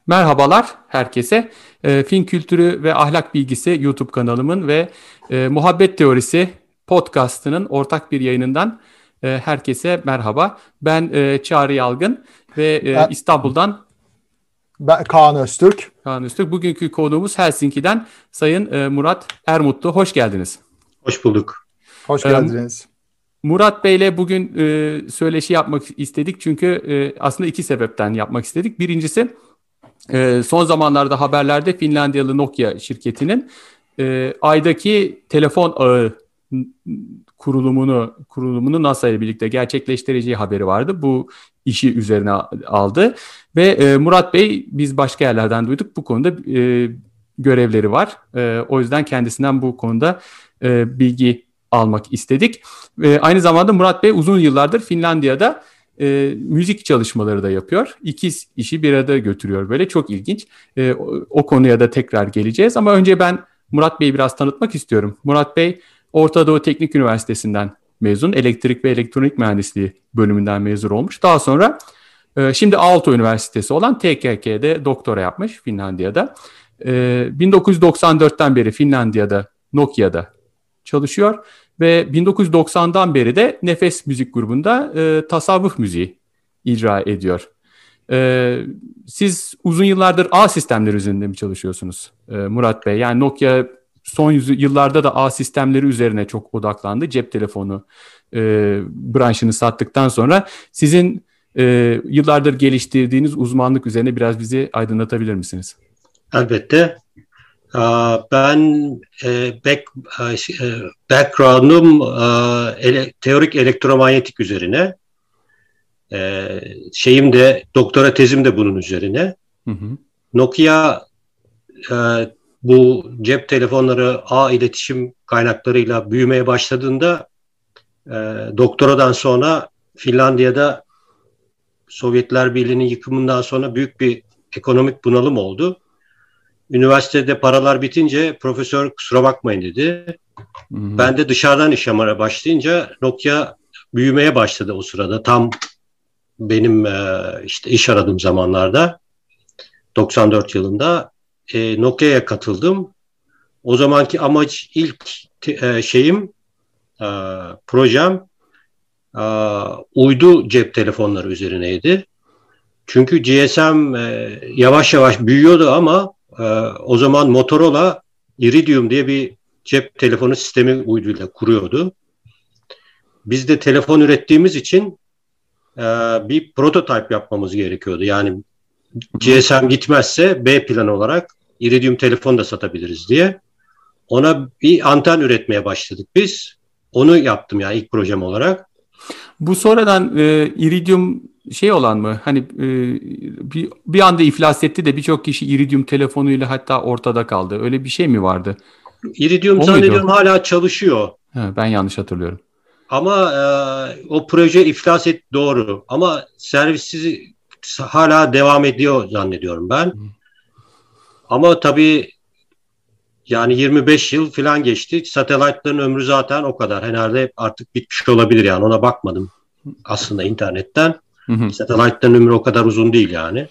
Merhabalar herkese. Fin Kültürü ve Ahlak Bilgisi YouTube kanalımın ve Muhabbet Teorisi podcastının ortak bir yayınından herkese merhaba. Ben Çağrı Yalgın ve Ben, İstanbul'dan ben Kaan Öztürk. Kaan Üstük. Bugünkü konuğumuz Helsinki'den Sayın Murat Ermutlu. Hoş geldiniz. Hoş bulduk. Hoş E, geldiniz. Murat Bey'le bugün söyleşi yapmak istedik. Çünkü aslında iki sebepten yapmak istedik. Birincisi, son zamanlarda haberlerde Finlandiyalı Nokia şirketinin aydaki telefon ağı kurulumunu NASA ile birlikte gerçekleştireceği haberi vardı. Bu işi üzerine aldı ve Murat Bey, biz başka yerlerden duyduk, bu konuda görevleri var. O yüzden kendisinden bu konuda bilgi almak istedik. Aynı zamanda Murat Bey uzun yıllardır Finlandiya'da müzik çalışmaları da yapıyor. İki işi bir arada götürüyor böyle. Çok ilginç. O konuya da tekrar geleceğiz. Ama önce ben Murat Bey'i biraz tanıtmak istiyorum. Murat Bey, Orta Doğu Teknik Üniversitesi'nden mezun. Elektrik ve Elektronik Mühendisliği bölümünden mezun olmuş. Daha sonra şimdi Aalto Üniversitesi olan TKK'de doktora yapmış Finlandiya'da. 1994'ten beri Finlandiya'da Nokia'da çalışıyor. Ve 1990'dan beri de Nefes Müzik grubunda tasavvuf müziği icra ediyor. Siz uzun yıllardır ağ sistemleri üzerinde mi çalışıyorsunuz Murat Bey? Yani Nokia son yıllarda da ağ sistemleri üzerine çok odaklandı. Cep telefonu branşını sattıktan sonra sizin yıllardır geliştirdiğiniz uzmanlık üzerine biraz bizi aydınlatabilir misiniz? Elbette. Ben background'um teorik elektromanyetik üzerine. Doktora tezim de bunun üzerine. Hı hı. Nokia bu cep telefonları ağ iletişim kaynaklarıyla büyümeye başladığında doktoradan sonra Finlandiya'da Sovyetler Birliği'nin yıkımından sonra büyük bir ekonomik bunalım oldu. Üniversitede paralar bitince profesör kusura bakmayın dedi. Hmm. Ben de dışarıdan iş aramaya başlayınca Nokia büyümeye başladı o sırada. Tam benim iş aradığım zamanlarda 94 yılında Nokia'ya katıldım. O zamanki amaç projem uydu cep telefonları üzerineydi. Çünkü GSM yavaş yavaş büyüyordu ama o zaman Motorola Iridium diye bir cep telefonu sistemi uyduyla kuruyordu. Biz de telefon ürettiğimiz için bir prototip yapmamız gerekiyordu. Yani GSM gitmezse B plan olarak Iridium telefon da satabiliriz diye. Ona bir anten üretmeye başladık biz. Onu yaptım yani ilk projem olarak. Bu sonradan Iridium olan mı? Hani bir anda iflas etti de birçok kişi Iridium telefonuyla hatta ortada kaldı. Öyle bir şey mi vardı? Iridium zannediyorum hala çalışıyor. Ben yanlış hatırlıyorum. Ama o proje iflas etti, doğru. Ama servissiz hala devam ediyor zannediyorum ben. Ama tabii yani 25 yıl falan geçti. Satellite'ların ömrü zaten o kadar. Herhalde artık bitmiş olabilir yani. Ona bakmadım aslında internetten. Satellite'ların ömrü o kadar uzun değil yani.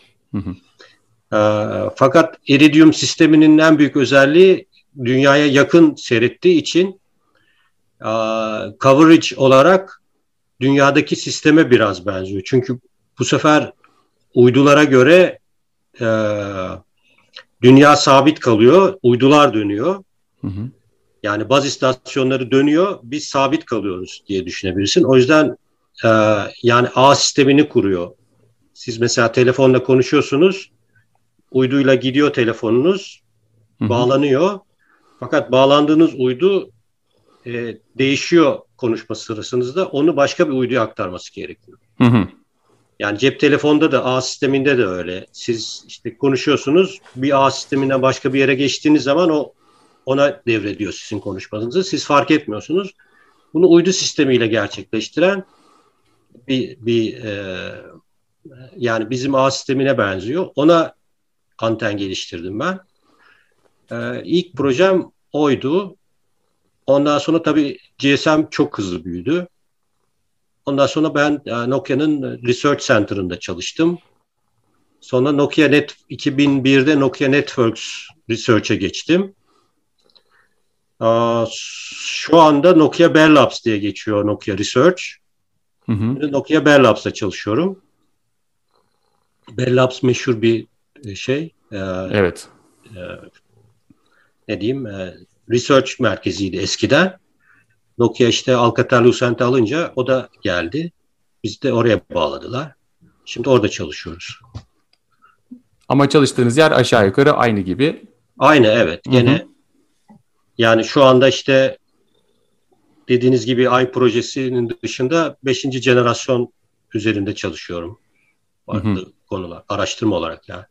Fakat Iridium sisteminin en büyük özelliği dünyaya yakın seyrettiği için coverage olarak dünyadaki sisteme biraz benziyor. Çünkü bu sefer uydulara göre dünya sabit kalıyor, uydular dönüyor. Yani baz istasyonları dönüyor, biz sabit kalıyoruz diye düşünebilirsin. O yüzden yani ağ sistemini kuruyor. Siz mesela telefonla konuşuyorsunuz, uyduyla gidiyor telefonunuz, bağlanıyor. Fakat bağlandığınız uydu değişiyor konuşma sırasında, onu başka bir uyduya aktarması gerekiyor. Yani cep telefonda da ağ sisteminde de öyle. Siz işte konuşuyorsunuz, bir ağ sisteminden başka bir yere geçtiğiniz zaman ona devrediyor sizin konuşmanızı. Siz fark etmiyorsunuz. Bunu uydu sistemiyle gerçekleştiren yani bizim ağ sistemine benziyor. Ona anten geliştirdim ben. İlk projem oydu. Ondan sonra tabii GSM çok hızlı büyüdü. Ondan sonra ben Nokia'nın Research Center'ında çalıştım. Sonra 2001'de Nokia Networks Research'e geçtim. Şu anda Nokia Bell Labs diye geçiyor Nokia Research. Nokia Bell Labs'ta çalışıyorum. Bell Labs meşhur bir şey. Evet. Ne diyeyim? Research merkeziydi eskiden. Nokia işte Alcatel-Lucent'i alınca o da geldi. Biz de oraya bağladılar. Şimdi orada çalışıyoruz. Ama çalıştığınız yer aşağı yukarı aynı gibi. Aynı, evet. Gene yani şu anda işte dediğiniz gibi Ay projesinin dışında 5. jenerasyon üzerinde çalışıyorum. Farklı konular. Araştırma olarak yani.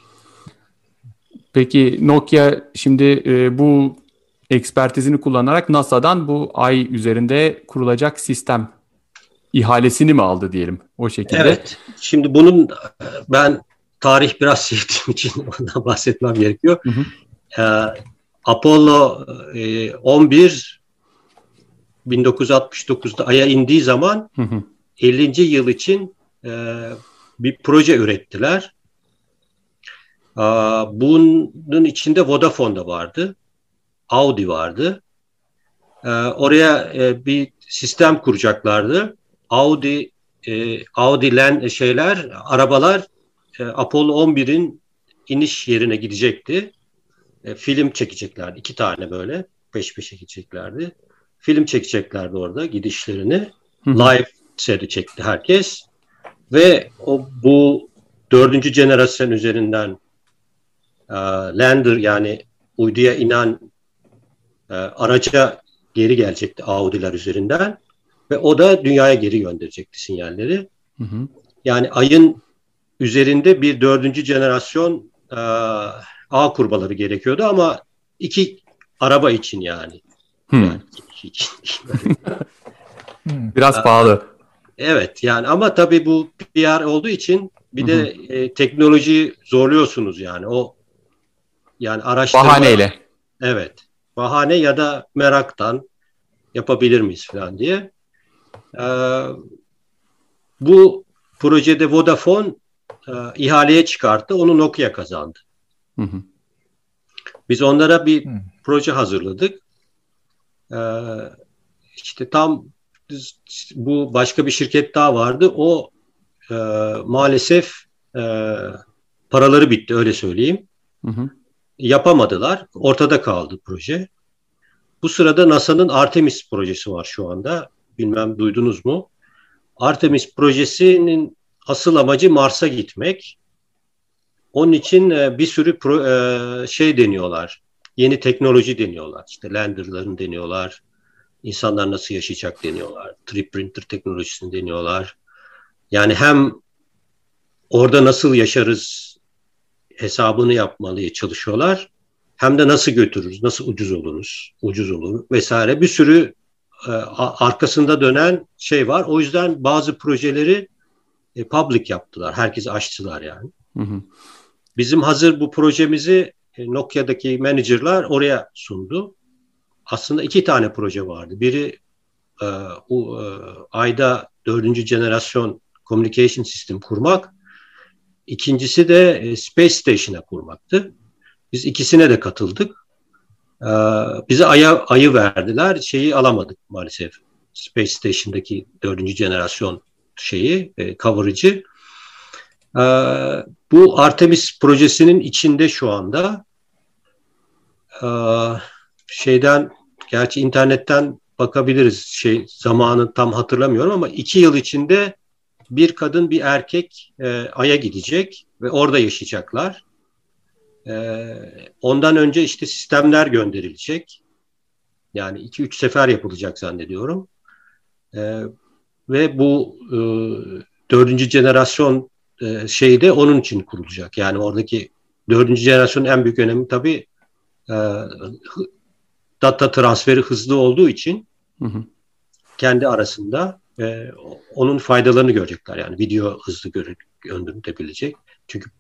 Peki Nokia şimdi bu ekspertizini kullanarak NASA'dan bu Ay üzerinde kurulacak sistem ihalesini mi aldı diyelim o şekilde? Evet. Şimdi bunun ben tarih biraz sevdiğim için ondan bahsetmem gerekiyor. Apollo 11 1969'da Ay'a indiği zaman 50. yıl için bir proje ürettiler. Bunun içinde Vodafone da vardı. Audi vardı. Oraya bir sistem kuracaklardı. Audi arabalar Apollo 11'in iniş yerine gidecekti. Film çekeceklerdi. 2 tane böyle peş peşe gideceklerdi. Film çekeceklerdi orada gidişlerini. Live seyredecekti herkes. Ve bu 4. jenerasyon üzerinden lander yani uyduya inen araca geri gelecekti Audi'ler üzerinden. Ve o da dünyaya geri gönderecekti sinyalleri. Yani Ay'ın üzerinde bir 4. jenerasyon ağ kurmaları gerekiyordu ama 2 araba için yani. Yani biraz pahalı. Evet yani ama tabii bu PR olduğu için bir de teknolojiyi zorluyorsunuz yani o yani araştırma. Bahaneyle. Evet. Bahane ya da meraktan yapabilir miyiz falan diye. Bu projede Vodafone ihaleye çıkarttı. Onu Nokia kazandı. Biz onlara bir proje hazırladık. İşte tam bu başka bir şirket daha vardı. O maalesef paraları bitti öyle söyleyeyim. Yapamadılar. Ortada kaldı proje. Bu sırada NASA'nın Artemis projesi var şu anda. Bilmem duydunuz mu? Artemis projesinin asıl amacı Mars'a gitmek. Onun için bir sürü şey deniyorlar. Yeni teknoloji deniyorlar. İşte landerların deniyorlar. İnsanlar nasıl yaşayacak deniyorlar. 3D printer teknolojisini deniyorlar. Yani hem orada nasıl yaşarız hesabını yapmalıya çalışıyorlar. Hem de nasıl götürürüz, nasıl ucuz olur vesaire. Bir sürü arkasında dönen şey var. O yüzden bazı projeleri public yaptılar. Herkese açtılar yani. Bizim hazır bu projemizi Nokia'daki managerlar oraya sundu. Aslında 2 tane proje vardı. Biri Ay'da 4. jenerasyon communication system kurmak. İkincisi de Space Station'a kurmaktı. Biz ikisine de katıldık. Bize Ay'ı verdiler. Şeyi alamadık maalesef. Space Station'daki 4. jenerasyon coverage'ı. Bu Artemis projesinin içinde şu anda gerçi internetten bakabiliriz zamanı tam hatırlamıyorum ama 2 yıl içinde bir kadın bir erkek Ay'a gidecek ve orada yaşayacaklar. Ondan önce işte sistemler gönderilecek. Yani 2-3 sefer yapılacak zannediyorum. Ve bu 4. jenerasyon de onun için kurulacak. Yani oradaki 4. jenerasyonun en büyük önemi tabii data transferi hızlı olduğu için kendi arasında onun faydalarını görecekler. Yani video hızlı gönderebilecek. Çünkü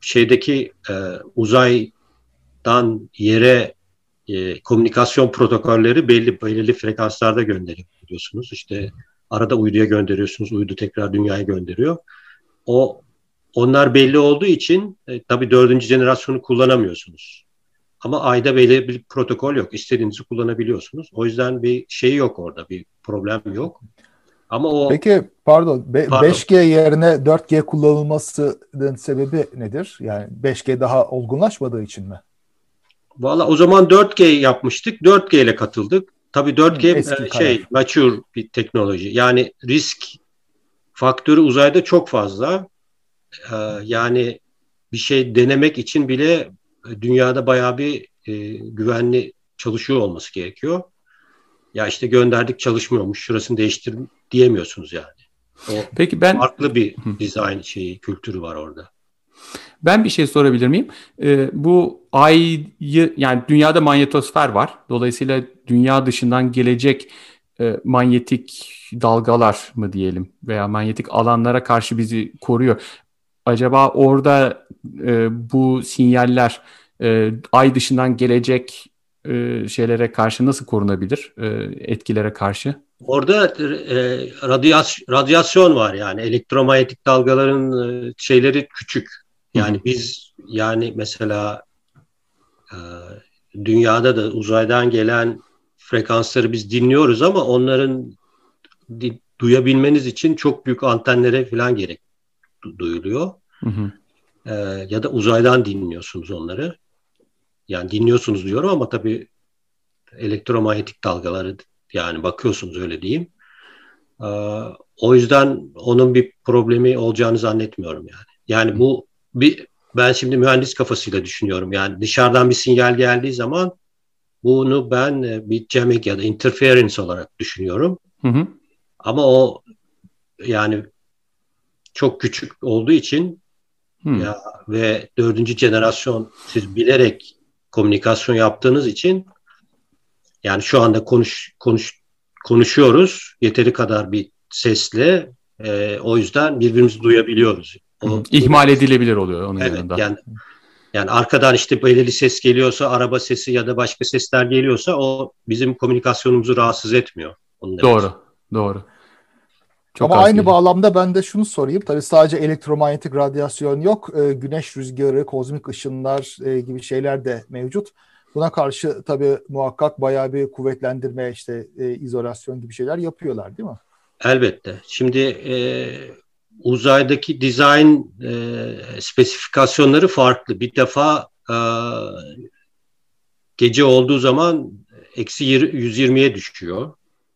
uzaydan yere komünikasyon protokolleri belirli frekanslarda gönderiyorsunuz. İşte arada uyduya gönderiyorsunuz. Uydu tekrar dünyaya gönderiyor. O onlar belli olduğu için tabii 4. jenerasyonu kullanamıyorsunuz. Ama ayda belli bir protokol yok. İstediğinizi kullanabiliyorsunuz. O yüzden bir şey yok orada. Bir problem yok. Ama Peki pardon. 5G yerine 4G kullanılmasının sebebi nedir? Yani 5G daha olgunlaşmadığı için mi? Valla o zaman 4G yapmıştık. 4G ile katıldık. Tabii 4G mature bir teknoloji. Yani risk faktörü uzayda çok fazla. Yani bir şey denemek için bile dünyada bayağı bir güvenli çalışıyor olması gerekiyor. Ya işte gönderdik çalışmıyormuş, şurasını değiştir diyemiyorsunuz yani. Peki farklı bir dizayn kültürü var orada. Ben bir şey sorabilir miyim? Bu ayı, yani dünyada manyetosfer var. Dolayısıyla dünya dışından gelecek manyetik dalgalar mı diyelim veya manyetik alanlara karşı bizi koruyor. Acaba orada bu sinyaller ay dışından gelecek şeylere karşı nasıl korunabilir? Etkilere karşı? Orada radyasyon var yani elektromanyetik dalgaların şeyleri küçük. Yani biz yani mesela dünyada da uzaydan gelen frekansları biz dinliyoruz ama onların duyabilmeniz için çok büyük antenlere falan gerek duyuluyor. Ya da uzaydan dinliyorsunuz onları. Yani dinliyorsunuz diyorum ama tabii elektromanyetik dalgaları yani bakıyorsunuz öyle diyeyim. O yüzden onun bir problemi olacağını zannetmiyorum yani. Yani bu ben şimdi mühendis kafasıyla düşünüyorum. Yani dışarıdan bir sinyal geldiği zaman bunu ben bir jamming ya da interference olarak düşünüyorum. Ama o yani çok küçük olduğu için ya ve 4. jenerasyon siz bilerek komünikasyon yaptığınız için yani şu anda konuşuyoruz yeteri kadar bir sesle o yüzden birbirimizi duyabiliyoruz. İhmal edilebilir oluyor onun yanında. Yani arkadan işte belirli ses geliyorsa, araba sesi ya da başka sesler geliyorsa o bizim komünikasyonumuzu rahatsız etmiyor. Doğru. Ama aynı bağlamda ben de şunu sorayım. Tabii sadece elektromanyetik radyasyon yok. Güneş rüzgarı, kozmik ışınlar gibi şeyler de mevcut. Buna karşı tabii muhakkak bayağı bir kuvvetlendirme, işte izolasyon gibi şeyler yapıyorlar değil mi? Elbette. Şimdi uzaydaki dizayn spesifikasyonları farklı. Bir defa gece olduğu zaman eksi 120'ye düşüyor.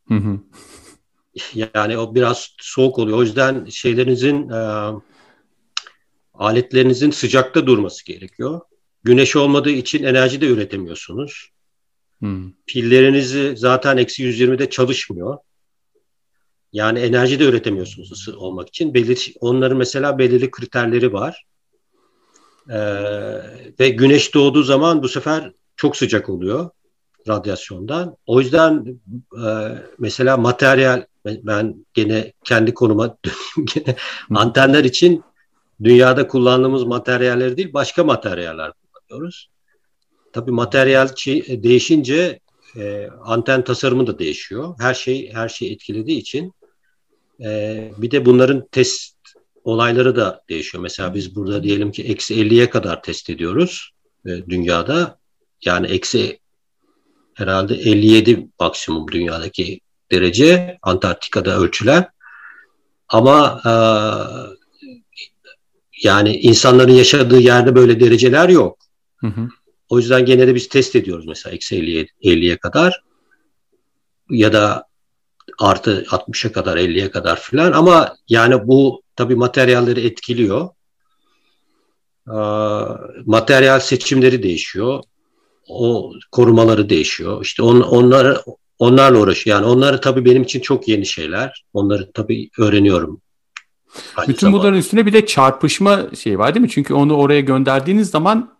Yani o biraz soğuk oluyor. O yüzden aletlerinizin sıcakta durması gerekiyor. Güneş olmadığı için enerji de üretemiyorsunuz. Pillerinizi zaten eksi 120'de çalışmıyor. Yani enerji de üretemiyorsunuz ısı olmak için. Onların mesela belirli kriterleri var. Ve güneş doğduğu zaman bu sefer çok sıcak oluyor radyasyondan. O yüzden mesela materyal, ben gene kendi konuma döneyim. Antenler için dünyada kullandığımız materyalleri değil başka materyaller kullanıyoruz. Tabii materyal değişince anten tasarımı da değişiyor. Her şey etkilediği için bir de bunların test olayları da değişiyor. Mesela biz burada diyelim ki eksi 50'ye kadar test ediyoruz dünyada. Yani eksi herhalde 57 maksimum dünyadaki derece Antarktika'da ölçülen. Ama yani insanların yaşadığı yerde böyle dereceler yok. O yüzden gene de biz test ediyoruz mesela eksi 50'ye kadar ya da artı 60'a kadar 50'ye kadar filan ama yani bu tabii materyalleri etkiliyor. Materyal seçimleri değişiyor. O korumaları değişiyor. İşte onlarla uğraşıyor. Yani onları tabii benim için çok yeni şeyler. Onları tabii öğreniyorum. Bütün bunların üstüne bir de çarpışma şeyi var değil mi? Çünkü onu oraya gönderdiğiniz zaman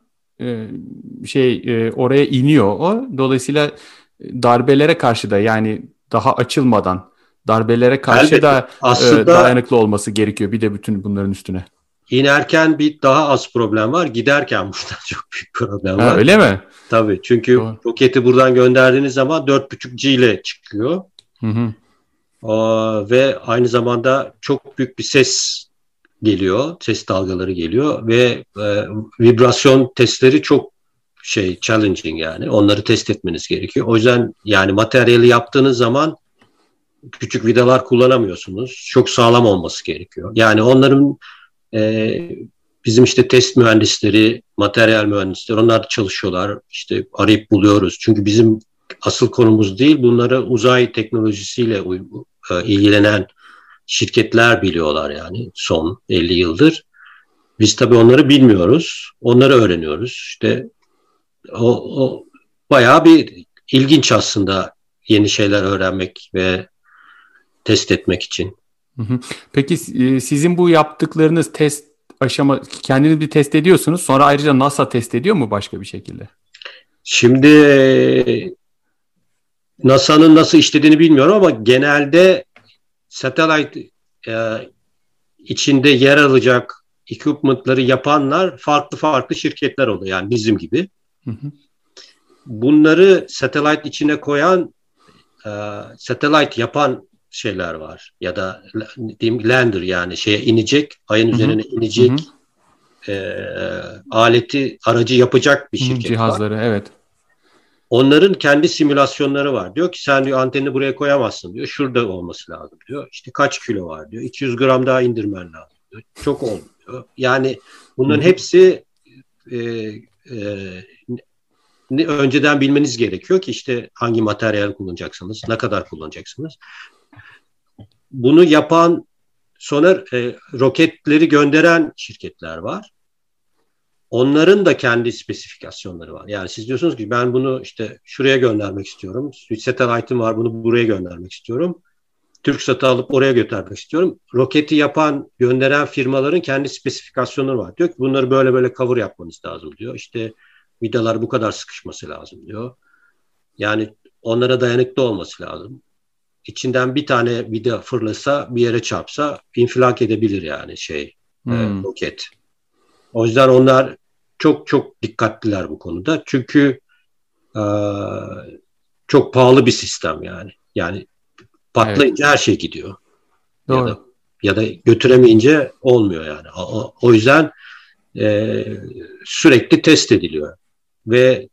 oraya iniyor o. Dolayısıyla darbelere karşı da yani daha açılmadan darbelere karşı da aslında dayanıklı olması gerekiyor. Bir de bütün bunların üstüne. İnerken bir daha az problem var. Giderken buradan çok büyük problem var. Öyle mi? Tabii. Çünkü roketi buradan gönderdiğiniz zaman 4,5G ile çıkıyor. Ve aynı zamanda çok büyük bir ses geliyor, ses dalgaları geliyor ve vibrasyon testleri çok challenging yani. Onları test etmeniz gerekiyor. O yüzden yani materyali yaptığınız zaman küçük vidalar kullanamıyorsunuz. Çok sağlam olması gerekiyor. Yani onların bizim işte test mühendisleri, materyal mühendisleri onlar da çalışıyorlar. İşte arayıp buluyoruz. Çünkü bizim asıl konumuz değil. Bunları uzay teknolojisiyle ilgilenen şirketler biliyorlar yani son 50 yıldır. Biz tabii onları bilmiyoruz. Onları öğreniyoruz. İşte o bayağı bir ilginç aslında yeni şeyler öğrenmek ve test etmek için. Peki sizin bu yaptıklarınız test aşama, kendiniz bir test ediyorsunuz. Sonra ayrıca NASA test ediyor mu başka bir şekilde? Şimdi NASA'nın nasıl işlediğini bilmiyorum ama genelde satellite içinde yer alacak equipment'ları yapanlar farklı şirketler oluyor. Yani bizim gibi. Bunları satellite içine koyan satellite yapan şeyler var. Ya da diyeyim lander yani şeye inecek, ayın üzerine inecek aracı yapacak bir şirket cihazları, var. Evet. Onların kendi simülasyonları var. Diyor ki sen diyor antenini buraya koyamazsın diyor. Şurada olması lazım diyor. İşte kaç kilo var diyor. 200 gram daha indirmen lazım diyor. Çok olmuyor. Yani bunların hepsi önceden bilmeniz gerekiyor ki işte hangi materyal kullanacaksınız, ne kadar kullanacaksınız. Bunu yapan sonra roketleri gönderen şirketler var. Onların da kendi spesifikasyonları var. Yani siz diyorsunuz ki ben bunu işte şuraya göndermek istiyorum. Satellite'ım var, bunu buraya göndermek istiyorum. TürkSat'ı alıp oraya götürmek istiyorum. Roketi yapan, gönderen firmaların kendi spesifikasyonları var. Diyor ki bunları böyle cover yapmanız lazım diyor. İşte vidalar bu kadar sıkışması lazım diyor. Yani onlara dayanıklı olması lazım. İçinden bir tane vida fırlasa, bir yere çarpsa infilak edebilir yani roket. O yüzden onlar çok dikkatliler bu konuda. Çünkü çok pahalı bir sistem yani. Yani patlayınca her şey gidiyor. Doğru. Ya da götüremeyince olmuyor yani. O yüzden sürekli test ediliyor. Ve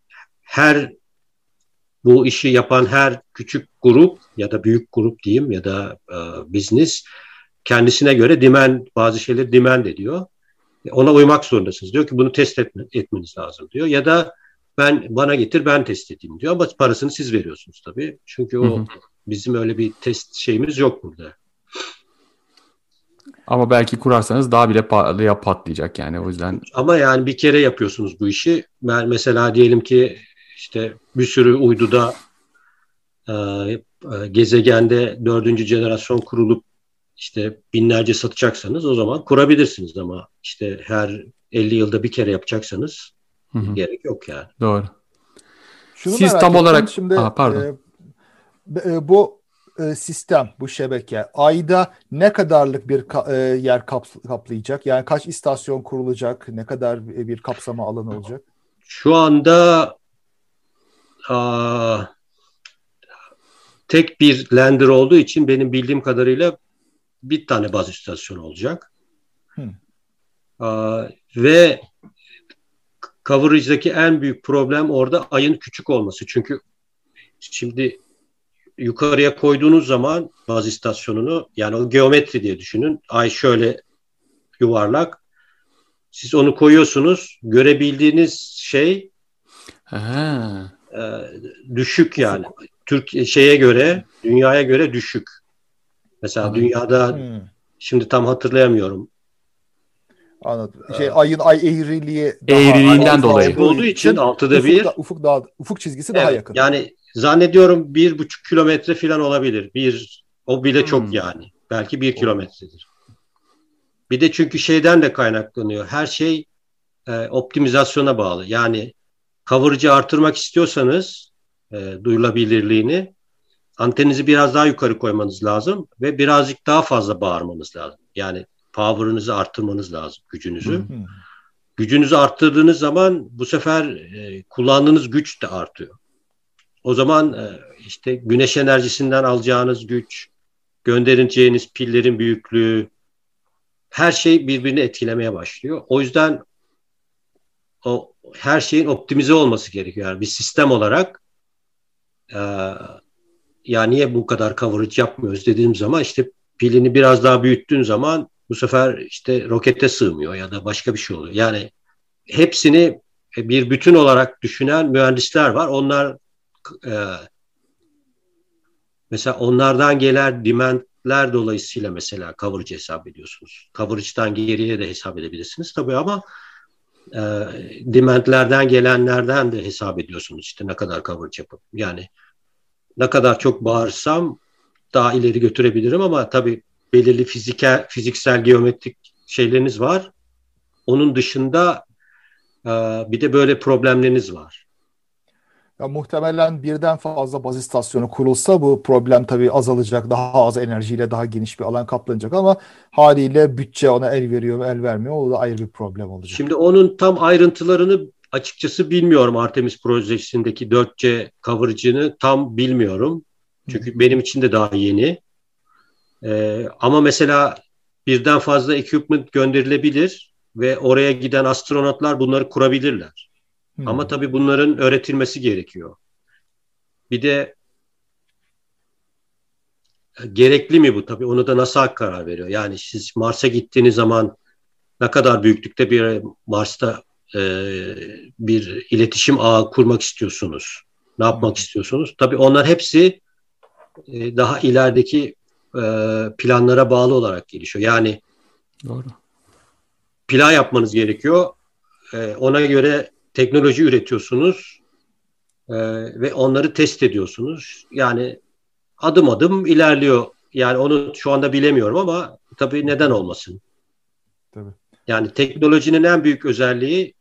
bu işi yapan her küçük grup ya da büyük grup diyeyim ya da business kendisine göre bazı şeyleri demand ediyor. Ona uymak zorundasınız. Diyor ki bunu test etmeniz lazım diyor. Ya da bana getir ben test edeyim diyor. Ama parasını siz veriyorsunuz tabii. Çünkü bizim öyle bir test şeyimiz yok burada. Ama belki kurarsanız daha bile pahalıya patlayacak yani o yüzden. Ama yani bir kere yapıyorsunuz bu işi. Mesela diyelim ki işte bir sürü uyduda gezegende 4. jenerasyon kurulup işte binlerce satacaksanız o zaman kurabilirsiniz ama işte her 50 yılda bir kere yapacaksanız gerek yok yani. Doğru. Şunu siz tam olarak şimdi bu sistem, bu şebeke ayda ne kadarlık bir yer kaplayacak? Yani kaç istasyon kurulacak? Ne kadar bir kapsama alanı olacak? Şu anda tek bir lander olduğu için benim bildiğim kadarıyla bir tane baz istasyonu olacak. Ve coverage'daki en büyük problem orada ayın küçük olması. Çünkü şimdi yukarıya koyduğunuz zaman baz istasyonunu yani o geometri diye düşünün. Ay şöyle yuvarlak. Siz onu koyuyorsunuz. Görebildiğiniz şey düşük yani. Dünyaya göre düşük. Mesela dünyada şimdi tam hatırlayamıyorum. Anladım. Ayın eğriliğinden dolayı olduğu için 6'da ufuk çizgisi daha yakın. Yani zannediyorum 1,5 kilometre falan olabilir. O bile çok yani. Belki 1 kilometredir. Bir de çünkü şeyden de kaynaklanıyor. Her şey optimizasyona bağlı. Yani coverage'ı artırmak istiyorsanız duyulabilirliğini anteninizi biraz daha yukarı koymanız lazım ve birazcık daha fazla bağırmanız lazım. Yani power'ınızı artırmanız lazım, gücünüzü. Gücünüzü arttırdığınız zaman bu sefer kullandığınız güç de artıyor. O zaman işte güneş enerjisinden alacağınız güç, göndereceğiniz pillerin büyüklüğü, her şey birbirini etkilemeye başlıyor. O yüzden o her şeyin optimize olması gerekiyor. Yani bir sistem olarak ya niye bu kadar coverage yapmıyoruz dediğim zaman işte pilini biraz daha büyüttüğün zaman bu sefer işte rokete sığmıyor ya da başka bir şey oluyor. Yani hepsini bir bütün olarak düşünen mühendisler var. Onlar mesela onlardan gelen demandler dolayısıyla mesela coverage hesap ediyorsunuz. Coverage'dan geriye de hesap edebilirsiniz tabii ama demandlerden gelenlerden de hesap ediyorsunuz. İşte ne kadar coverage yapıp yani ne kadar çok bağırsam daha ileri götürebilirim ama tabii belirli fiziksel geometrik şeyleriniz var. Onun dışında bir de böyle problemleriniz var. Ya muhtemelen birden fazla baz istasyonu kurulsa bu problem tabii azalacak. Daha az enerjiyle daha geniş bir alan kaplanacak ama haliyle bütçe ona el veriyor mu el vermiyor. O da ayrı bir problem olacak. Şimdi onun tam ayrıntılarını açıkçası bilmiyorum. Artemis projesindeki 4C coverage'ını tam bilmiyorum. Çünkü benim için de daha yeni. Ama mesela birden fazla equipment gönderilebilir ve oraya giden astronotlar bunları kurabilirler. Ama tabii bunların öğretilmesi gerekiyor. Bir de gerekli mi bu tabii onu da NASA karar veriyor. Yani siz Mars'a gittiğiniz zaman ne kadar büyüklükte bir Mars'ta bir iletişim ağı kurmak istiyorsunuz? Ne yapmak istiyorsunuz? Tabii onlar hepsi daha ilerideki planlara bağlı olarak gelişiyor. Yani doğru. Plan yapmanız gerekiyor. Ona göre teknoloji üretiyorsunuz ve onları test ediyorsunuz. Yani adım adım ilerliyor. Yani onu şu anda bilemiyorum ama tabii neden olmasın? Tabii. Yani teknolojinin en büyük özelliği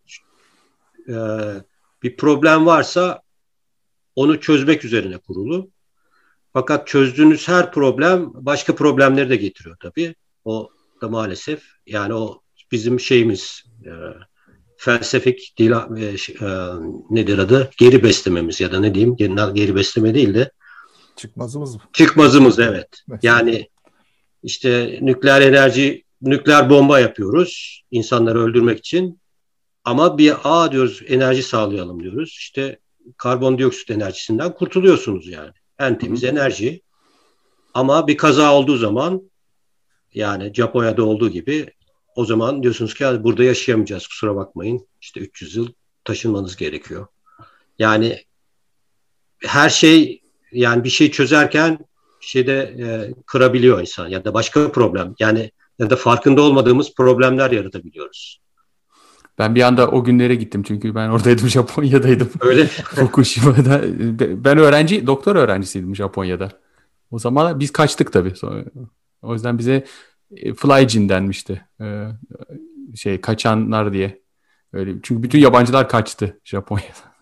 bir problem varsa onu çözmek üzerine kurulu. Fakat çözdüğünüz her problem başka problemleri de getiriyor tabii. O da maalesef yani o bizim şeyimiz felsefik değil, nedir adı? Geri beslememiz ya da ne diyeyim? Geri besleme değil de Çıkmazımız mı? Çıkmazımız evet. Yani işte nükleer bomba yapıyoruz insanları öldürmek için. Ama diyoruz enerji sağlayalım diyoruz. İşte karbondioksit enerjisinden kurtuluyorsunuz yani. En temiz enerji. Ama bir kaza olduğu zaman yani Japonya'da olduğu gibi o zaman diyorsunuz ki burada yaşayamayacağız kusura bakmayın. İşte 300 yıl taşınmanız gerekiyor. Yani her şey yani bir şey çözerken bir şeyde kırabiliyor insan ya da başka problem yani ya da farkında olmadığımız problemler yaratabiliyoruz. Ben bir anda o günlere gittim çünkü ben oradaydım Japonya'daydım. Öyle. Fukushima'da. Ben doktor öğrencisiydim Japonya'da. O zaman biz kaçtık tabii. O yüzden bize Fly-in denmişti. Kaçanlar diye. Öyle. Çünkü bütün yabancılar kaçtı Japonya'da.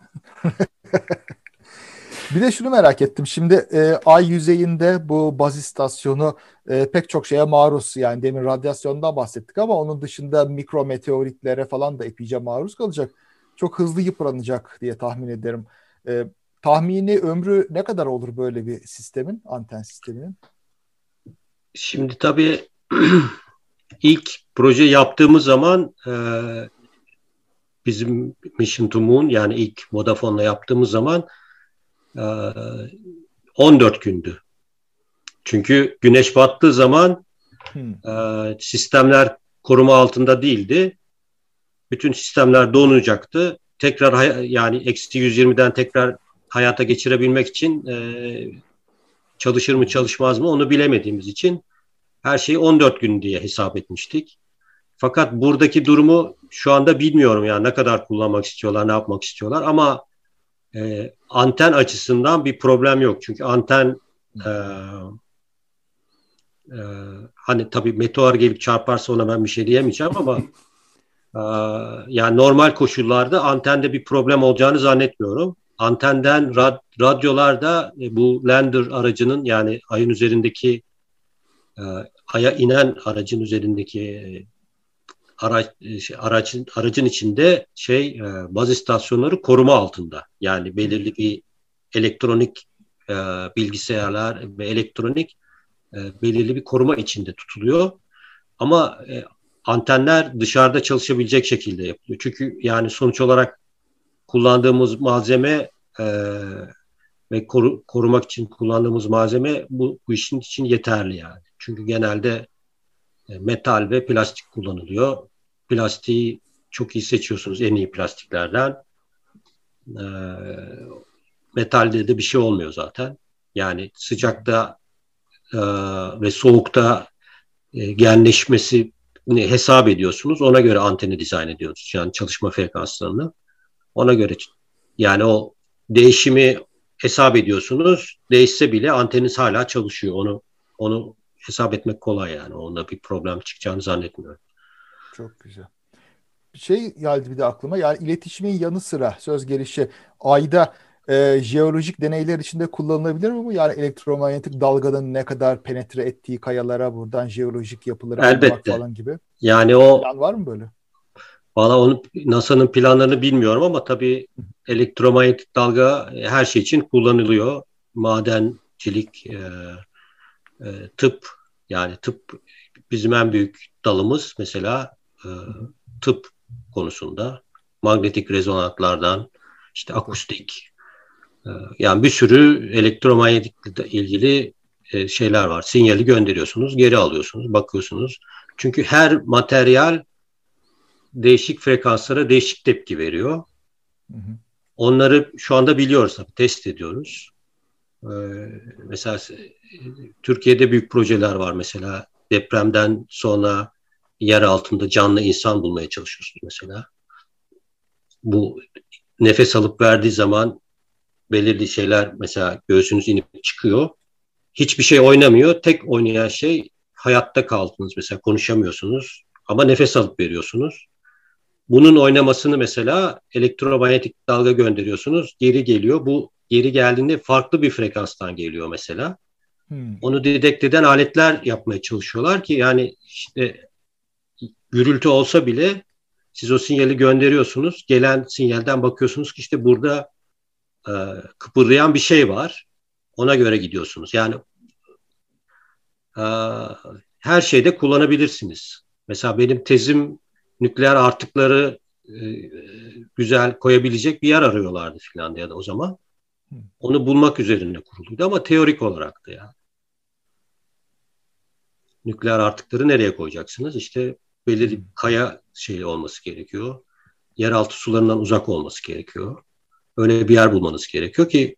Bir de şunu merak ettim. Şimdi Ay yüzeyinde bu baz istasyonu pek çok şeye maruz. Yani demin radyasyondan bahsettik ama onun dışında mikrometeoritlere falan da epeyce maruz kalacak. Çok hızlı yıpranacak diye tahmin ederim. Tahmini ömrü ne kadar olur böyle bir sistemin, anten sisteminin? Şimdi tabii ilk proje yaptığımız zaman bizim Mission to Moon yani ilk Vodafone'la yaptığımız zaman 14 gündü. Çünkü güneş battığı zaman sistemler koruma altında değildi. Bütün sistemler donacaktı. Tekrar yani eksi 120'den tekrar hayata geçirebilmek için çalışır mı çalışmaz mı onu bilemediğimiz için her şeyi 14 gün diye hesap etmiştik. Fakat buradaki durumu şu anda bilmiyorum yani ne kadar kullanmak istiyorlar, ne yapmak istiyorlar ama anten açısından bir problem yok. Çünkü anten hani tabii meteor gelip çarparsa ona ben bir şey diyemeyeceğim ama yani normal koşullarda antende bir problem olacağını zannetmiyorum. Antenden radyolarda bu lander aracının yani ayın üzerindeki aya inen aracın üzerindeki aracın içinde baz istasyonları koruma altında. Yani belirli bir elektronik bilgisayarlar ve elektronik belirli bir koruma içinde tutuluyor. Ama antenler dışarıda çalışabilecek şekilde yapılıyor. Çünkü yani sonuç olarak kullandığımız malzeme ve korumak için kullandığımız malzeme bu işin için yeterli yani. Çünkü genelde metal ve plastik kullanılıyor. Plastiği çok iyi seçiyorsunuz, en iyi plastiklerden. Metalde de bir şey olmuyor zaten. Yani sıcakta ve soğukta genleşmesini hesap ediyorsunuz. Ona göre anteni dizayn ediyorsunuz. Yani çalışma frekanslarını. Ona göre yani o değişimi hesap ediyorsunuz. Değişse bile anteniniz hala çalışıyor. Onu hesap etmek kolay yani. Onda bir problem çıkacağını zannetmiyorum. Çok güzel. Bir şey geldi bir de aklıma. Yani iletişimin yanı sıra söz gelişi ayda jeolojik deneyler içinde kullanılabilir mi bu? Yani elektromanyetik dalganın ne kadar penetre ettiği kayalara buradan jeolojik yapıları anlamak falan gibi. Yani o plan var mı böyle? Valla onu NASA'nın planlarını bilmiyorum ama tabii elektromanyetik dalga her şey için kullanılıyor. Madencilik, tıp, yani tıp bizim en büyük dalımız mesela tıp konusunda. Manyetik rezonanslardan işte akustik, yani bir sürü elektromanyetikle ilgili şeyler var. Sinyali gönderiyorsunuz, geri alıyorsunuz, bakıyorsunuz. Çünkü her materyal değişik frekanslara değişik tepki veriyor. Hı hı. Onları şu anda biliyoruz, test ediyoruz. Mesela Türkiye'de büyük projeler var. Mesela depremden sonra yer altında canlı insan bulmaya çalışıyorsunuz mesela. Bu nefes alıp verdiği zaman belirli şeyler mesela göğsünüz inip çıkıyor. Hiçbir şey oynamıyor. Tek oynayan şey hayatta kaldınız mesela, konuşamıyorsunuz ama nefes alıp veriyorsunuz. Bunun oynamasını mesela elektromanyetik dalga gönderiyorsunuz. Geri geliyor. Bu geri geldiğinde farklı bir frekanstan geliyor mesela. Onu dedekt eden aletler yapmaya çalışıyorlar ki yani işte gürültü olsa bile siz o sinyali gönderiyorsunuz. Gelen sinyalden bakıyorsunuz ki işte burada kıpırdayan bir şey var. Ona göre gidiyorsunuz. Yani her şeyde kullanabilirsiniz. Mesela benim tezim nükleer artıkları güzel koyabilecek bir yer arıyorlardı Finlandiya'da o zaman. Onu bulmak üzerine kuruluydu ama teorik olarak da yani. Nükleer artıkları nereye koyacaksınız? İşte belirli kaya şeyi olması gerekiyor. Yeraltı sularından uzak olması gerekiyor. Öyle bir yer bulmanız gerekiyor ki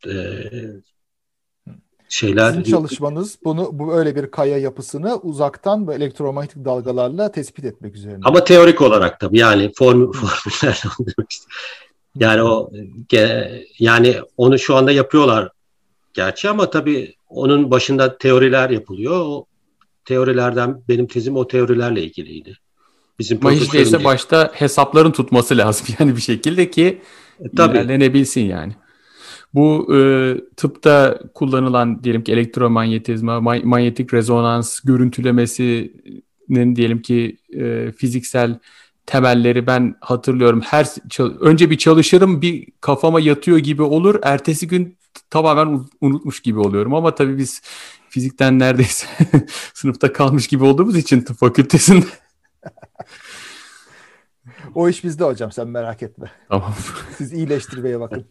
sizin çalışmanız bu öyle bir kaya yapısını uzaktan ve elektromanyetik dalgalarla tespit etmek üzerine. Ama teorik olarak tabii yani formüllerle demek istedim. Yani yani onu şu anda yapıyorlar gerçi ama tabii onun başında teoriler yapılıyor. O teorilerden benim tezim o teorilerle ilgiliydi. Ama hiç değilse başta hesapların tutması lazım yani bir şekilde ki ilerlenebilsin yani. Bu tıpta kullanılan diyelim ki elektromanyetizma, manyetik rezonans görüntülemesinin diyelim ki fiziksel temelleri ben hatırlıyorum. Önce bir çalışırım, bir kafama yatıyor gibi olur. Ertesi gün tamamen unutmuş gibi oluyorum ama tabii biz fizikten neredeyse sınıfta kalmış gibi olduğumuz için tıp fakültesinde. O iş bizde hocam, sen merak etme. Tamam. Siz iyileştirmeye bakın.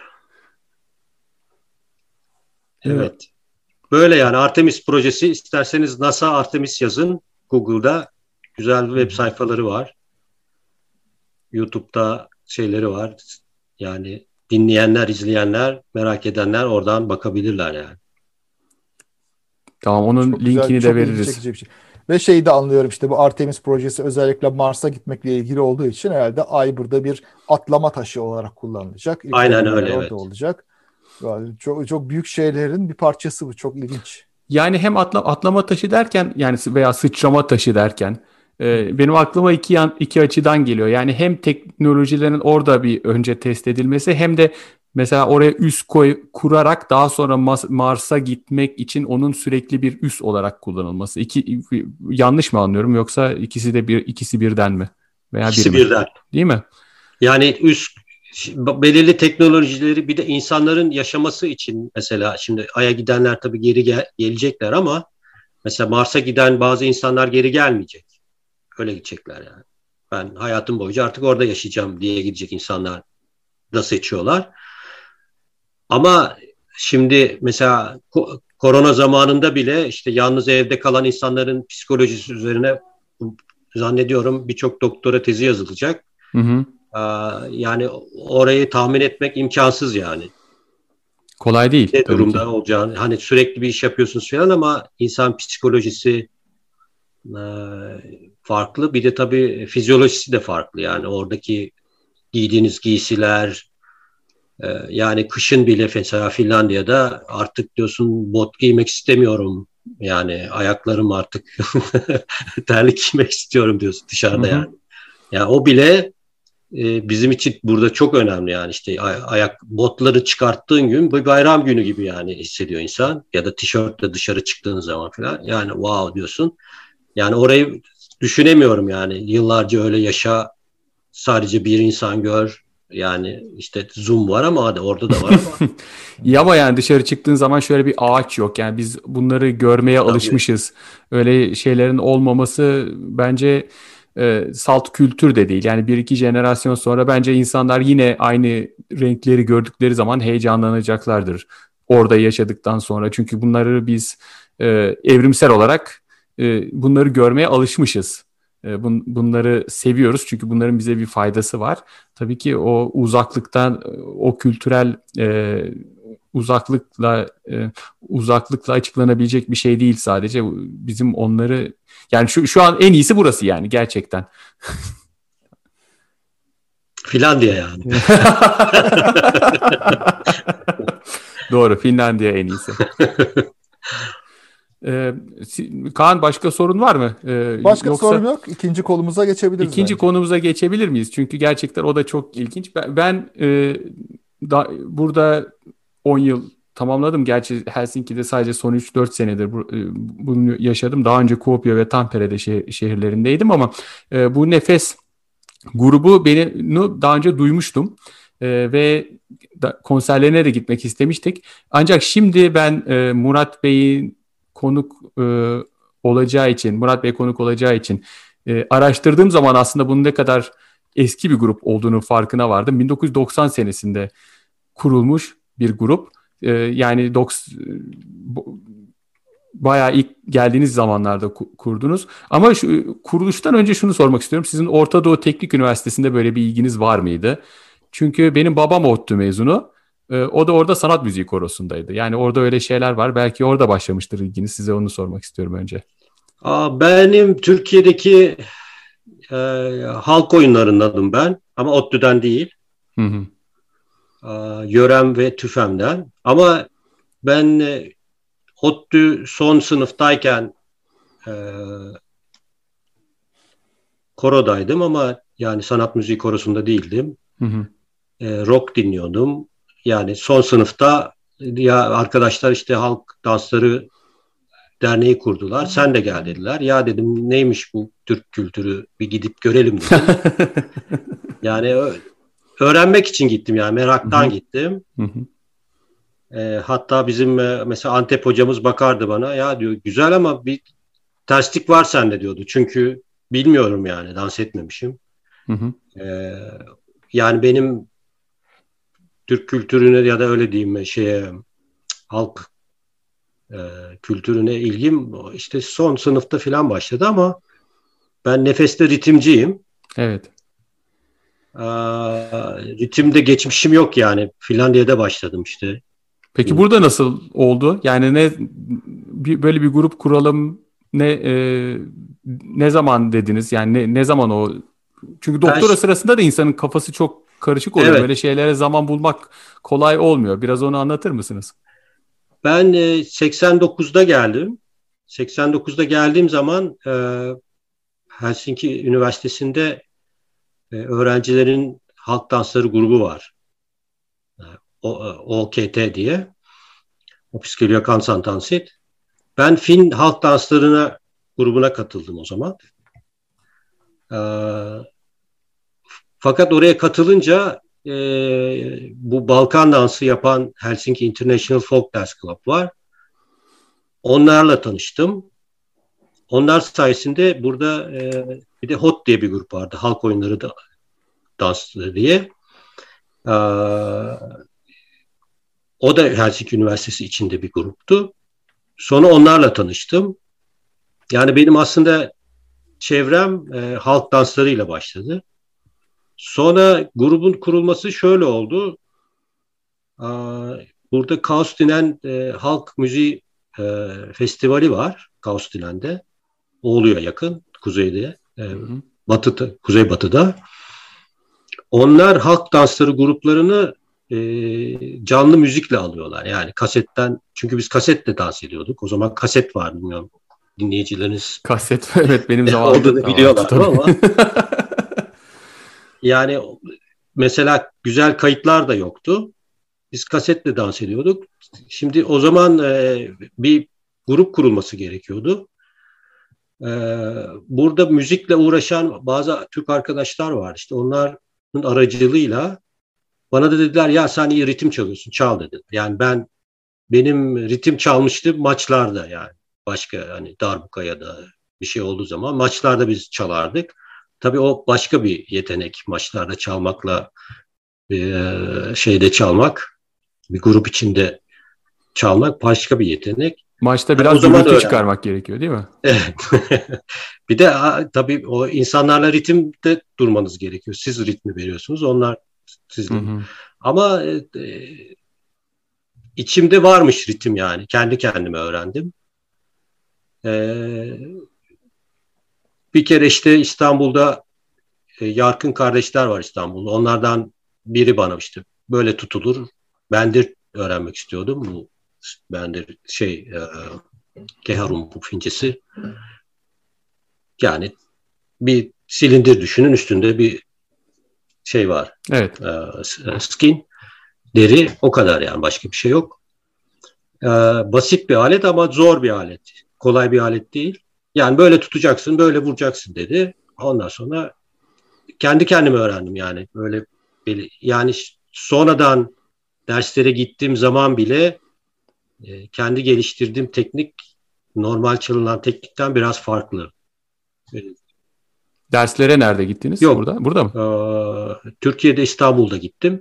Evet. Böyle yani Artemis projesi, isterseniz NASA Artemis yazın Google'da, güzel web sayfaları var. YouTube'da şeyleri var. Yani dinleyenler, izleyenler, merak edenler oradan bakabilirler yani. Tamam, onun çok linkini güzel, de veririz. Bir şey. Ve şeyi de anlıyorum, işte bu Artemis projesi özellikle Mars'a gitmekle ilgili olduğu için herhalde Ay burada bir atlama taşı olarak kullanılacak. Aynen öyle, orada olacak. Yani çok büyük şeylerin bir parçası bu. Çok ilginç. Yani hem atlama taşı derken yani veya sıçrama taşı derken benim aklıma iki açıdan geliyor. Yani hem teknolojilerin orada bir önce test edilmesi hem de mesela oraya üs kurarak daha sonra Mars'a gitmek için onun sürekli bir üs olarak kullanılması. Yanlış mı anlıyorum yoksa ikisi birden mi? Veya İkisi birden. Değil mi? Yani belirli teknolojileri bir de insanların yaşaması için, mesela şimdi Ay'a gidenler tabii geri gelecekler ama mesela Mars'a giden bazı insanlar geri gelmeyecek. öyle gidecekler yani. Ben hayatım boyunca artık orada yaşayacağım diye gidecek insanlar da seçiyorlar. Ama şimdi mesela korona zamanında bile işte yalnız evde kalan insanların psikolojisi üzerine zannediyorum birçok doktora tezi yazılacak. Hı hı. Yani orayı tahmin etmek imkansız yani. Kolay değil. Ne durumda olacağını. Hani sürekli bir iş yapıyorsunuz falan ama insan psikolojisi farklı. Bir de tabii fizyolojisi de farklı. Yani oradaki giydiğiniz giysiler, yani kışın bile mesela Finlandiya'da artık diyorsun bot giymek istemiyorum. Yani ayaklarım artık terlik giymek istiyorum diyorsun dışarıda yani. Yani o bile bizim için burada çok önemli yani işte ayak botları çıkarttığın gün bir bayram günü gibi yani hissediyor insan ya da tişörtle dışarı çıktığın zaman falan yani wow diyorsun. Yani orayı düşünemiyorum yani yıllarca öyle yaşa sadece bir insan gör yani işte Zoom var ama orada da var ama. İyi ama yani dışarı çıktığın zaman şöyle bir ağaç yok yani biz bunları görmeye alışmışız. Öyle şeylerin olmaması bence salt kültür de değil. Yani bir iki jenerasyon sonra bence insanlar yine aynı renkleri gördükleri zaman heyecanlanacaklardır. Orada yaşadıktan sonra. Çünkü bunları biz evrimsel olarak bunları görmeye alışmışız. Bunları seviyoruz çünkü bunların bize bir faydası var. Tabii ki o uzaklıktan, o kültürel uzaklıkla açıklanabilecek bir şey değil sadece. Bizim onları yani şu an en iyisi burası yani gerçekten. Finlandiya yani. Doğru, Finlandiya en iyisi. Kaan başka sorun var mı? Başka sorun yok. İkinci konumuza geçebiliriz. İkinci konumuza geçebilir miyiz? Çünkü gerçekten o da çok ilginç. Ben burada 10 yıl tamamladım. Gerçi Helsinki'de sadece son 3-4 senedir bunu yaşadım. Daha önce Kuopio ve Tampere'de şehirlerindeydim ama bu Nefes grubu beni daha önce duymuştum. Ve konserlerine de gitmek istemiştik. Ancak şimdi ben Murat Bey konuk olacağı için araştırdığım zaman aslında bunun ne kadar eski bir grup olduğunu farkına vardım. 1990 senesinde kurulmuş bir grup. Yani bayağı ilk geldiğiniz zamanlarda kurdunuz. Ama kuruluştan önce şunu sormak istiyorum. Sizin Orta Doğu Teknik Üniversitesi'nde böyle bir ilginiz var mıydı? Çünkü benim babam ODTÜ mezunu. O da orada sanat müziği korosundaydı. Yani orada öyle şeyler var. Belki orada başlamıştır ilginiz. Size onu sormak istiyorum önce. Benim Türkiye'deki halk oyunlarındanım ben. Ama ODTÜ'den değil. Hı hı. Yörem ve TÜFEM'den. Ama ben ODTÜ son sınıftayken korodaydım ama yani sanat müziği korosunda değildim. Hı hı. Rock dinliyordum. Yani son sınıfta ya arkadaşlar işte halk dansları derneği kurdular. Sen de gel dediler. Ya dedim neymiş bu Türk kültürü bir gidip görelim dedim. Yani öğrenmek için gittim yani meraktan Hı-hı. gittim. Hı-hı. Hatta bizim mesela Antep hocamız bakardı bana ya diyor güzel ama bir terslik var sende diyordu. Çünkü bilmiyorum yani dans etmemişim. Hı-hı. Yani benim Türk kültürüne ya da öyle diyeyim halk kültürüne ilgim işte son sınıfta falan başladı ama ben Nefes'te ritimciyim. Evet. Ritimde geçmişim yok yani. Finlandiya'da başladım işte. Peki burada nasıl oldu? Yani böyle bir grup kuralım ne zaman dediniz? Yani ne zaman o? Çünkü doktora sırasında da insanın kafası çok karışık oluyor. Evet. Böyle şeylere zaman bulmak kolay olmuyor. Biraz onu anlatır mısınız? Ben 89'da geldim. 89'da geldiğim zaman Helsinki Üniversitesi'nde öğrencilerin halk dansları grubu var. OKT diye. Opiskeliya Kansantansit. Ben Fin halk danslarına grubuna katıldım o zaman. Fakat oraya katılınca bu Balkan dansı yapan Helsinki International Folk Dance Club var. Onlarla tanıştım. Onlar sayesinde burada Bir de HOT diye bir grup vardı. Halk oyunları da dansları diye. O da Helsinki Üniversitesi içinde bir gruptu. Sonra onlarla tanıştım. Yani benim aslında çevrem halk danslarıyla başladı. Sonra grubun kurulması şöyle oldu. Burada Kaustinen halk müziği festivali var Kaustinen'de. O oluyor yakın kuzeyde, batıda, kuzeybatıda. Onlar halk dansları gruplarını canlı müzikle alıyorlar. Yani kasetten, çünkü biz kasetle dans ediyorduk. O zaman kaset vardı, bilmiyorum dinleyicileriniz. Kaset, evet, benim zamanımda da biliyorlar ama. Yani mesela güzel kayıtlar da yoktu. Biz kasetle dans ediyorduk. Şimdi o zaman bir grup kurulması gerekiyordu. Burada müzikle uğraşan bazı Türk arkadaşlar var. İşte onların aracılığıyla bana da dediler ya sen iyi ritim çalıyorsun, çal dedi. Yani benim ritim çalmıştım maçlarda, yani başka hani darbuka ya da bir şey olduğu zaman maçlarda biz çalardık. Tabii o başka bir yetenek, maçlarda çalmakla şeyde çalmak, bir grup içinde çalmak başka bir yetenek. Maçta biraz gürültü çıkarmak gerekiyor değil mi? Evet. Bir de tabii o insanlarla ritimde durmanız gerekiyor. Siz ritmi veriyorsunuz, onlar sizle. Ama içimde varmış ritim yani. Kendi kendime öğrendim. Bir kere işte İstanbul'da Yarkın kardeşler var İstanbul'da. Onlardan biri bana işte böyle tutulur. Bendir öğrenmek istiyordum. Bu bendir Geharum Pufincesi. Yani bir silindir düşünün, üstünde bir şey var. Evet. Skin, deri, o kadar yani, başka bir şey yok. Basit bir alet ama zor bir alet. Kolay bir alet değil. Yani böyle tutacaksın, böyle vuracaksın dedi. Ondan sonra kendi kendime öğrendim yani. Böyle yani sonradan derslere gittiğim zaman bile kendi geliştirdiğim teknik normal çalınan teknikten biraz farklı. Derslere nerede gittiniz? Yok. Burada mı? Türkiye'de, İstanbul'da gittim.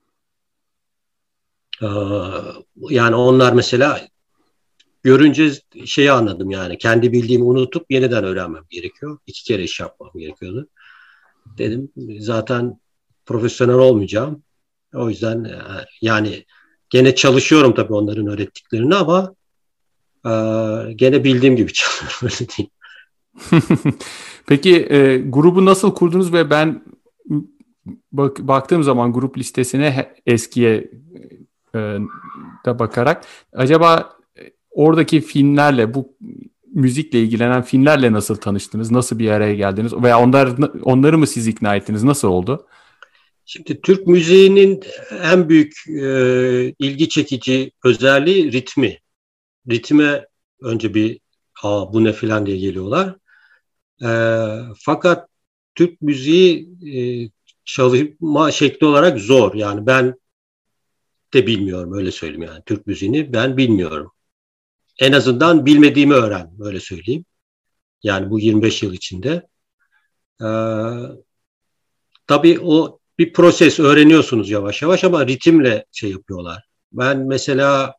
Yani onlar mesela görünce şeyi anladım yani. Kendi bildiğimi unutup yeniden öğrenmem gerekiyor. 2 kere iş yapmam gerekiyordu. Dedim zaten profesyonel olmayacağım. O yüzden yani gene çalışıyorum tabii onların öğrettiklerini ama gene bildiğim gibi çalıyorum, öyle değil. Peki grubu nasıl kurdunuz ve ben baktığım zaman grup listesine eskiye da bakarak acaba oradaki Finlerle, bu müzikle ilgilenen Finlerle nasıl tanıştınız? Nasıl bir araya geldiniz? Veya onları mı siz ikna ettiniz? Nasıl oldu? Şimdi Türk müziğinin en büyük ilgi çekici özelliği ritmi. Ritme önce bir bu ne filan diye geliyorlar. Fakat Türk müziği çalışma şekli olarak zor. Yani ben de bilmiyorum, öyle söyleyeyim yani. Türk müziğini ben bilmiyorum. En azından bilmediğimi öğren, öyle söyleyeyim. Yani bu 25 yıl içinde. Tabii o bir proses, öğreniyorsunuz yavaş yavaş ama ritimle şey yapıyorlar. Ben mesela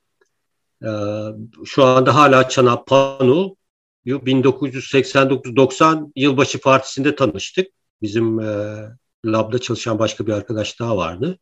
şu anda hala çalan Panu 1989-90 yılbaşı partisinde tanıştık. Bizim labda çalışan başka bir arkadaş daha vardı.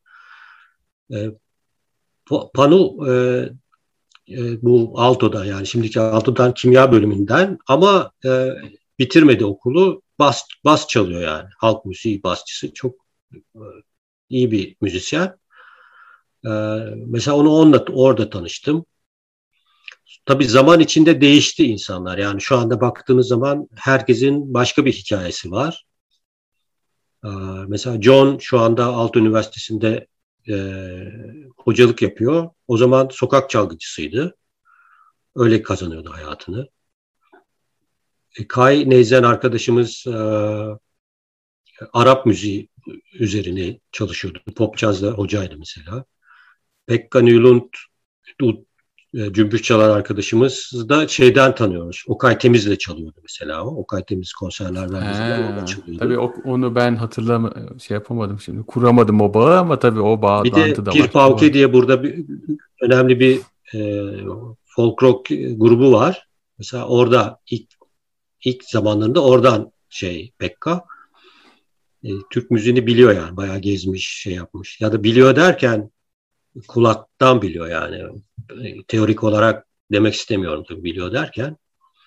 Panu bu Alto'da, yani şimdiki Alto'dan kimya bölümünden, ama bitirmedi okulu. Bas çalıyor yani. Halk müziği basçısı. Çok iyi bir müzisyen. Mesela orada tanıştım. Tabii zaman içinde değişti insanlar. Yani şu anda baktığınız zaman herkesin başka bir hikayesi var. Mesela John şu anda Aalto Üniversitesi'nde hocalık yapıyor. O zaman sokak çalgıcısıydı. Öyle kazanıyordu hayatını. Kai Neyzen arkadaşımız Arap müziği üzerine çalışıyordu. Pop cazda hocaydı mesela. Pekka Nylund cümbüş çalan arkadaşımız da şeyden tanıyoruz. Okay Temiz'le çalıyordu mesela o. Okay Temiz konserler verdiği zaman orada çalıyordu. Tabii onu ben yapamadım şimdi. Kuramadım o bağı ama tabii o bağlantı da var. Bir de Pir Pauki diye burada önemli bir folk rock grubu var. Mesela orada ilk zamanlarında oradan Pekka Türk müziğini biliyor yani. Bayağı gezmiş, yapmış. Ya da biliyor derken kulaktan biliyor yani. Teorik olarak demek istemiyorum tabii biliyor derken.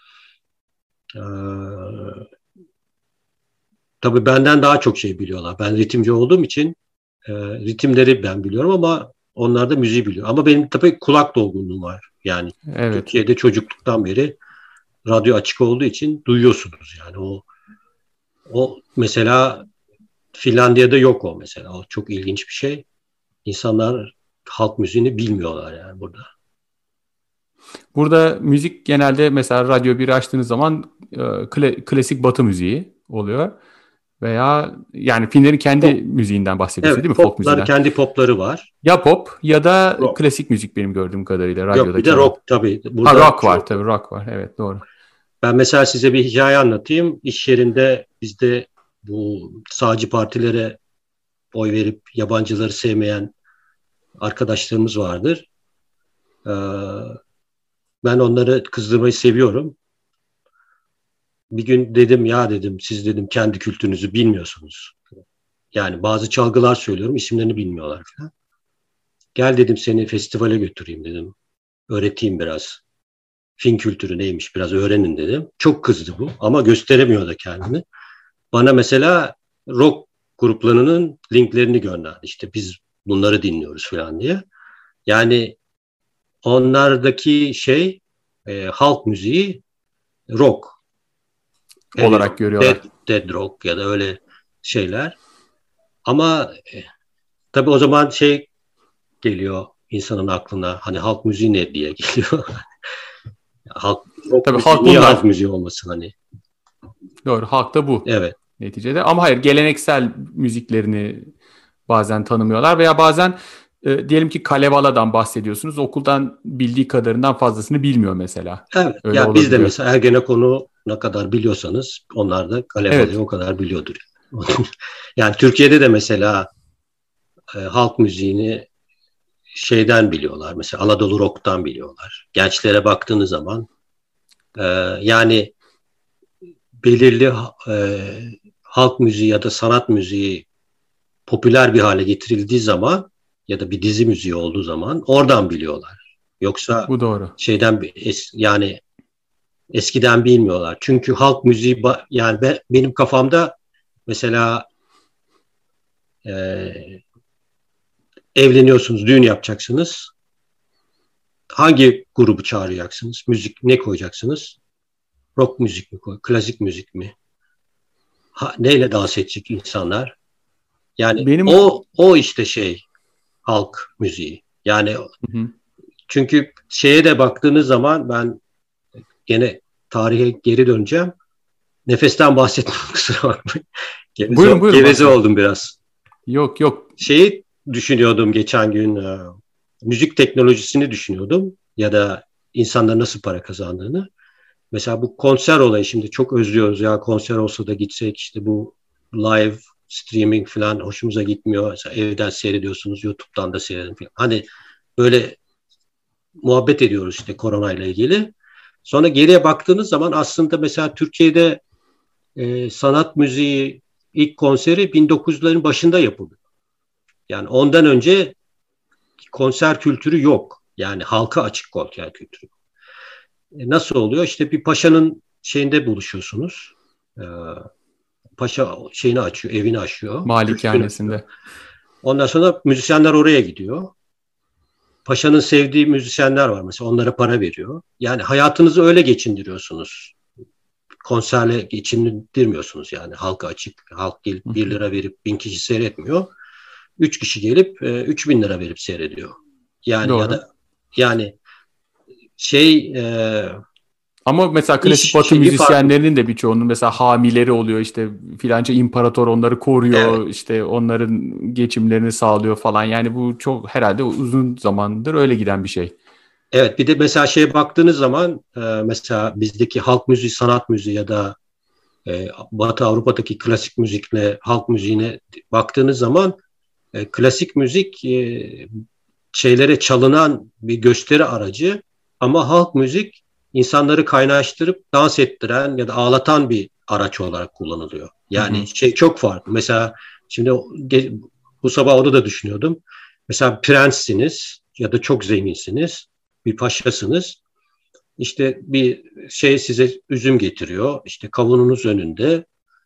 Tabii benden daha çok şey biliyorlar. Ben ritimci olduğum için ritimleri ben biliyorum ama onlar da müziği biliyor. Ama benim tabii kulak dolgunluğum var. Yani Türkiye'de çocukluktan beri radyo açık olduğu için duyuyorsunuz yani. O mesela Finlandiya'da yok o mesela. O çok ilginç bir şey. İnsanlar halk müziğini bilmiyorlar yani burada. Burada müzik genelde mesela Radyo 1'i açtığınız zaman klasik Batı müziği oluyor. Veya yani Finlerin kendi müziğinden bahsediyorsun değil mi? Folk müziğinden. Kendi popları var. Ya pop ya da rock. Klasik müzik benim gördüğüm kadarıyla radyoda. Yok bir de rock tabii. Rock var tabii rock var. Evet doğru. Ben mesela size bir hikaye anlatayım. İş yerinde bizde bu sağcı partilere oy verip yabancıları sevmeyen arkadaşlarımız vardır. Ben onları kızdırmayı seviyorum. Bir gün dedim siz kendi kültürünüzü bilmiyorsunuz. Yani bazı çalgılar söylüyorum isimlerini bilmiyorlar falan. Gel dedim seni festivale götüreyim dedim. Öğreteyim biraz. Fin kültürü neymiş biraz öğrenin dedim. Çok kızdı bu ama gösteremiyor da kendini. Bana mesela rock gruplarının linklerini gönderdi. İşte biz bunları dinliyoruz falan diye. Yani onlardaki halk müziği rock olarak görüyorlar. Dead rock ya da öyle şeyler. Ama tabii o zaman geliyor insanın aklına. Hani halk müziği ne diye geliyor. Halk müziği olmasın hani. Doğru. Halk da bu. Evet. Neticede. Ama hayır geleneksel müziklerini bazen tanımıyorlar veya bazen diyelim ki Kalevala'dan bahsediyorsunuz. Okuldan bildiği kadarından fazlasını bilmiyor mesela. Evet. Öyle ya biz de mesela Ergenekon'u ne kadar biliyorsanız onlar da Kalevala'yı o kadar biliyordur. Yani Türkiye'de de mesela halk müziğini şeyden biliyorlar. Mesela Anadolu Rock'tan biliyorlar. Gençlere baktığınız zaman yani belirli halk müziği ya da sanat müziği popüler bir hale getirildiği zaman ya da bir dizi müziği olduğu zaman oradan biliyorlar. Yoksa bu doğru. Yani eskiden bilmiyorlar. Çünkü halk müziği yani benim kafamda mesela evleniyorsunuz, düğün yapacaksınız. Hangi grubu çağıracaksınız? Müzik ne koyacaksınız? Rock müzik mi klasik müzik mi? Neyle dans edecek insanlar? Yani o işte halk müziği. Yani çünkü de baktığınız zaman ben gene tarihe geri döneceğim. Nefesten bahsettim kusura bakmayın. Buyurun, geveze oldum biraz. Yok. Düşünüyordum geçen gün müzik teknolojisini düşünüyordum ya da insanlar nasıl para kazandığını. Mesela bu konser olayı şimdi çok özlüyoruz ya konser olsa da gitsek işte bu live streaming falan hoşumuza gitmiyor. Mesela evden seyrediyorsunuz YouTube'dan da seyredin falan. Hani böyle muhabbet ediyoruz işte koronayla ilgili. Sonra geriye baktığınız zaman aslında mesela Türkiye'de sanat müziği ilk konseri 1900'lerin başında yapıldı. Yani ondan önce konser kültürü yok. Yani halka açık konser kültürü. Nasıl oluyor? İşte bir paşanın buluşuyorsunuz. Paşa açıyor, evini açıyor. Malikanesinde. Ondan sonra müzisyenler oraya gidiyor. Paşanın sevdiği müzisyenler var mesela onlara para veriyor. Yani hayatınızı öyle geçindiriyorsunuz. Konserle geçindirmiyorsunuz yani halka açık. Halk gelip 1 lira verip 1000 kişi seyretmiyor. 3 kişi gelip 3000 lira verip seyrediyor. Yani doğru. Ya da yani ama mesela klasik Batı müzisyenlerinin de birçoğunun mesela hamileri oluyor işte filanca imparator onları koruyor işte onların geçimlerini sağlıyor falan yani bu çok herhalde uzun zamandır öyle giden bir şey. Evet, bir de mesela şeye baktığınız zaman mesela bizdeki halk müziği, sanat müziği ya da Batı Avrupa'daki klasik müzikle halk müziğine baktığınız zaman klasik müzik şeylere çalınan bir gösteri aracı ama halk müzik insanları kaynaştırıp dans ettiren ya da ağlatan bir araç olarak kullanılıyor. Yani şey çok farklı. Mesela şimdi bu sabah onu da düşünüyordum. Mesela prenssiniz ya da çok zenginsiniz, bir paşasınız. İşte bir şey size üzüm getiriyor. İşte kavununuz önünde.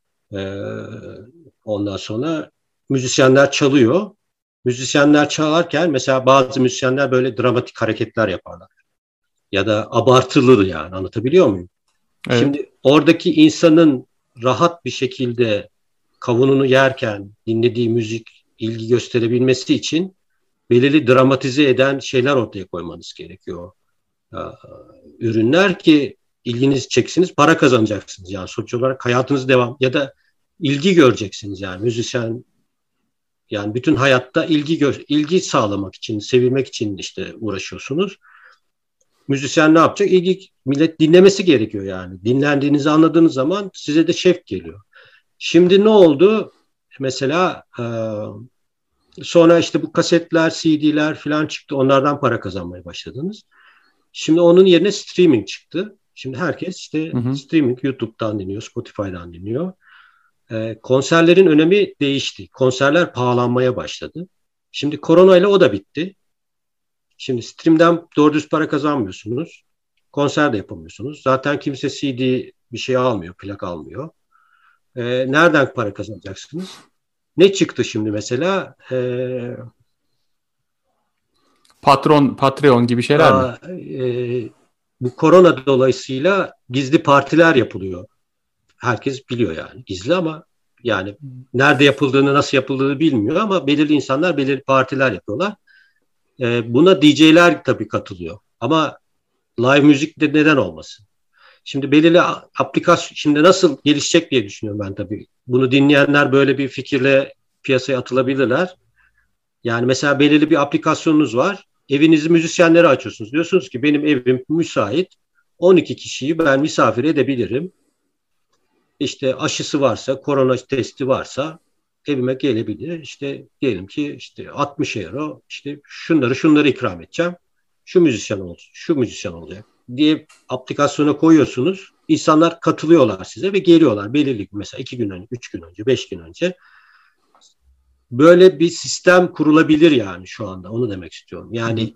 Ondan sonra müzisyenler çalıyor. Müzisyenler çalarken mesela bazı müzisyenler böyle dramatik hareketler yaparlar. Ya da abartılır yani, anlatabiliyor muyum? Evet. Şimdi oradaki insanın rahat bir şekilde kavununu yerken dinlediği müzik ilgi gösterebilmesi için belirli dramatize eden şeyler ortaya koymanız gerekiyor. Ürünler ki ilginizi çeksiniz, para kazanacaksınız. Yani sonuç olarak hayatınız devam ya da ilgi göreceksiniz yani müzisyen. Yani bütün hayatta ilgi sağlamak için, sevilmek için işte uğraşıyorsunuz. Müzisyen ne yapacak? Millet dinlemesi gerekiyor yani. Dinlendiğinizi anladığınız zaman size de şevk geliyor. Şimdi ne oldu? Mesela sonra işte bu kasetler, CD'ler falan çıktı. Onlardan para kazanmaya başladınız. Şimdi onun yerine streaming çıktı. Şimdi herkes işte streaming, YouTube'dan dinliyor, Spotify'dan dinliyor. Konserlerin önemi değişti. Konserler pahalanmaya başladı. Şimdi koronayla o da bitti. Şimdi stream'den doğru düz para kazanmıyorsunuz. Konser de yapamıyorsunuz. Zaten kimse CD bir şey almıyor, plak almıyor. Nereden para kazanacaksınız? Ne çıktı şimdi mesela? Patreon gibi şeyler mi? Bu korona dolayısıyla gizli partiler yapılıyor. Herkes biliyor yani. Gizli ama yani nerede yapıldığını, nasıl yapıldığını bilmiyor ama belirli insanlar belirli partiler yapıyorlar. Buna DJ'ler tabii katılıyor. Ama live müzik de neden olmasın? Şimdi belirli aplikasyon şimdi nasıl gelişecek diye düşünüyorum ben tabii. Bunu dinleyenler böyle bir fikirle piyasaya atılabilirler. Yani mesela belirli bir aplikasyonunuz var. Evinizi müzisyenlere açıyorsunuz. Diyorsunuz ki benim evim müsait. 12 kişiyi ben misafir edebilirim. İşte aşısı varsa, korona testi varsa evime gelebilir. İşte diyelim ki işte 60 euro işte şunları ikram edeceğim. Şu müzisyen olsun, şu müzisyen olacak diye aplikasyona koyuyorsunuz. İnsanlar katılıyorlar size ve geliyorlar. Belirli mesela 2 gün önce, 3 gün önce, 5 gün önce. Böyle bir sistem kurulabilir yani şu anda. Onu demek istiyorum. Yani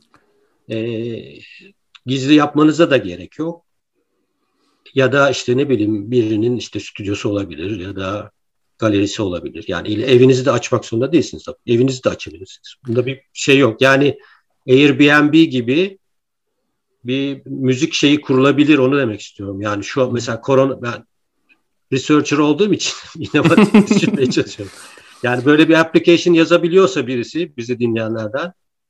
gizli yapmanıza da gerek yok. Ya da işte ne bileyim birinin işte stüdyosu olabilir ya da galerisi olabilir. Yani evinizi de açmak zorunda değilsiniz. Evinizi de açabilirsiniz. Bunda bir şey yok. Yani Airbnb gibi bir müzik şeyi kurulabilir, onu demek istiyorum. Yani şu an mesela ben researcher olduğum için inovatif düşünmeye çalışıyorum. Yani böyle bir application yazabiliyorsa birisi bizi dinleyenlerden